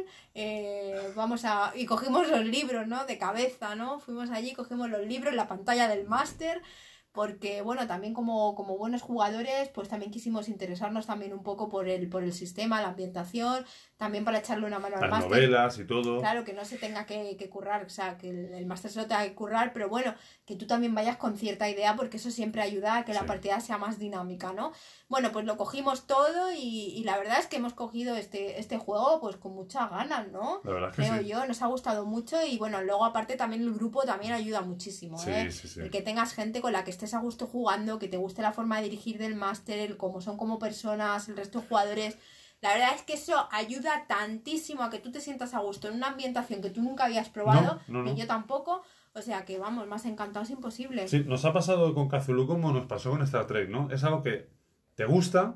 y cogimos los libros, ¿no? De cabeza, ¿no? Fuimos allí, cogimos los libros, la pantalla del máster, porque, bueno, también como buenos jugadores, pues también quisimos interesarnos también un poco por el sistema, la ambientación, también para echarle una mano al máster. Las novelas y todo. Claro, que no se tenga que currar, o sea, que el máster se lo tenga que currar, pero bueno, que tú también vayas con cierta idea, porque eso siempre ayuda a que la partida sea más dinámica, ¿no? Bueno, pues lo cogimos todo y la verdad es que hemos cogido este juego pues con muchas ganas, ¿no? La verdad es que creo yo, nos ha gustado mucho y bueno, luego aparte también el grupo también ayuda muchísimo, ¿eh? Sí. El que tengas gente con la que estés a gusto jugando, que te guste la forma de dirigir del máster, el cómo son como personas, el resto de jugadores. La verdad es que eso ayuda tantísimo a que tú te sientas a gusto en una ambientación que tú nunca habías probado, ni yo tampoco. O sea que vamos, más encantados imposible. Sí, nos ha pasado con Cthulhu como nos pasó con Star Trek, ¿no? Es algo que te gusta,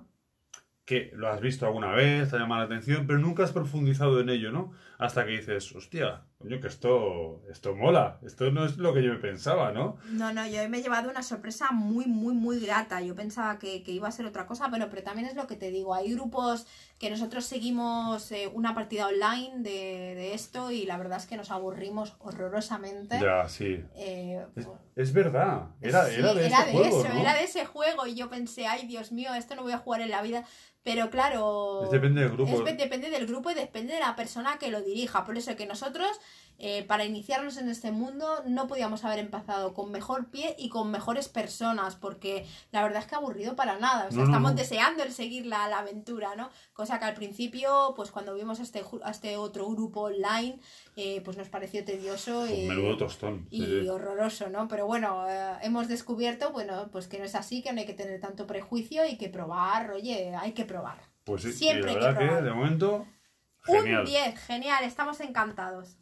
que lo has visto alguna vez, te ha llamado la atención, pero nunca has profundizado en ello, ¿no? Hasta que dices, hostia, coño, que esto mola, esto no es lo que yo pensaba, ¿no? No, yo me he llevado una sorpresa muy grata. Yo pensaba que iba a ser otra cosa, pero también es lo que te digo, hay grupos que nosotros seguimos una partida online de esto y la verdad es que nos aburrimos horrorosamente. Ya, sí. Pues, es verdad, era de ese juego, ¿no? Era de ese juego y yo pensé, ay Dios mío, esto no voy a jugar en la vida. Pero claro, depende del grupo. Depende del grupo y depende de la persona que lo dirija. Por eso que nosotros, para iniciarnos en este mundo, no podíamos haber empezado con mejor pie y con mejores personas, porque la verdad es que aburrido para nada. O sea, estamos deseando el seguir la aventura, ¿no? Cosa que al principio, pues cuando vimos a este otro grupo online, pues nos pareció tedioso y menudo tostón. Y horroroso, ¿no? Pero bueno, hemos descubierto, bueno, pues que no es así, que no hay que tener tanto prejuicio y que probar, oye, hay que probar. Pues sí, siempre y la verdad que de momento, genial. Un 10, genial, estamos encantados.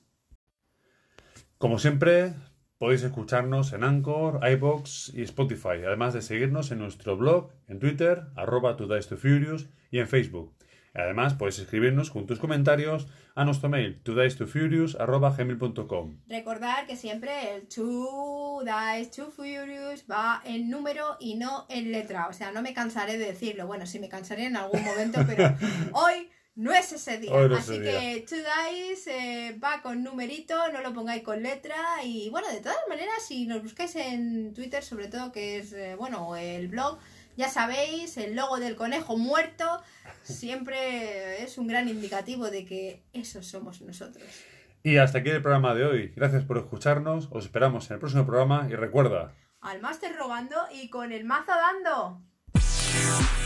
Como siempre, podéis escucharnos en Anchor, iVoox y Spotify, además de seguirnos en nuestro blog, en Twitter, @2dice2furious y en Facebook. Además, podéis escribirnos con tus comentarios a nuestro mail, todaystoFurious@gmail.com. Recordad que siempre el 2dice2furious va en número y no en letra. O sea, no me cansaré de decirlo. Bueno, sí me cansaré en algún momento, pero hoy no es ese día. Así que 2dice va con numerito, no lo pongáis con letra. Y bueno, de todas maneras, si nos buscáis en Twitter, sobre todo, que es, el blog, ya sabéis, el logo del conejo muerto siempre es un gran indicativo de que esos somos nosotros. Y hasta aquí el programa de hoy. Gracias por escucharnos, os esperamos en el próximo programa y recuerda... Al máster robando y con el mazo dando.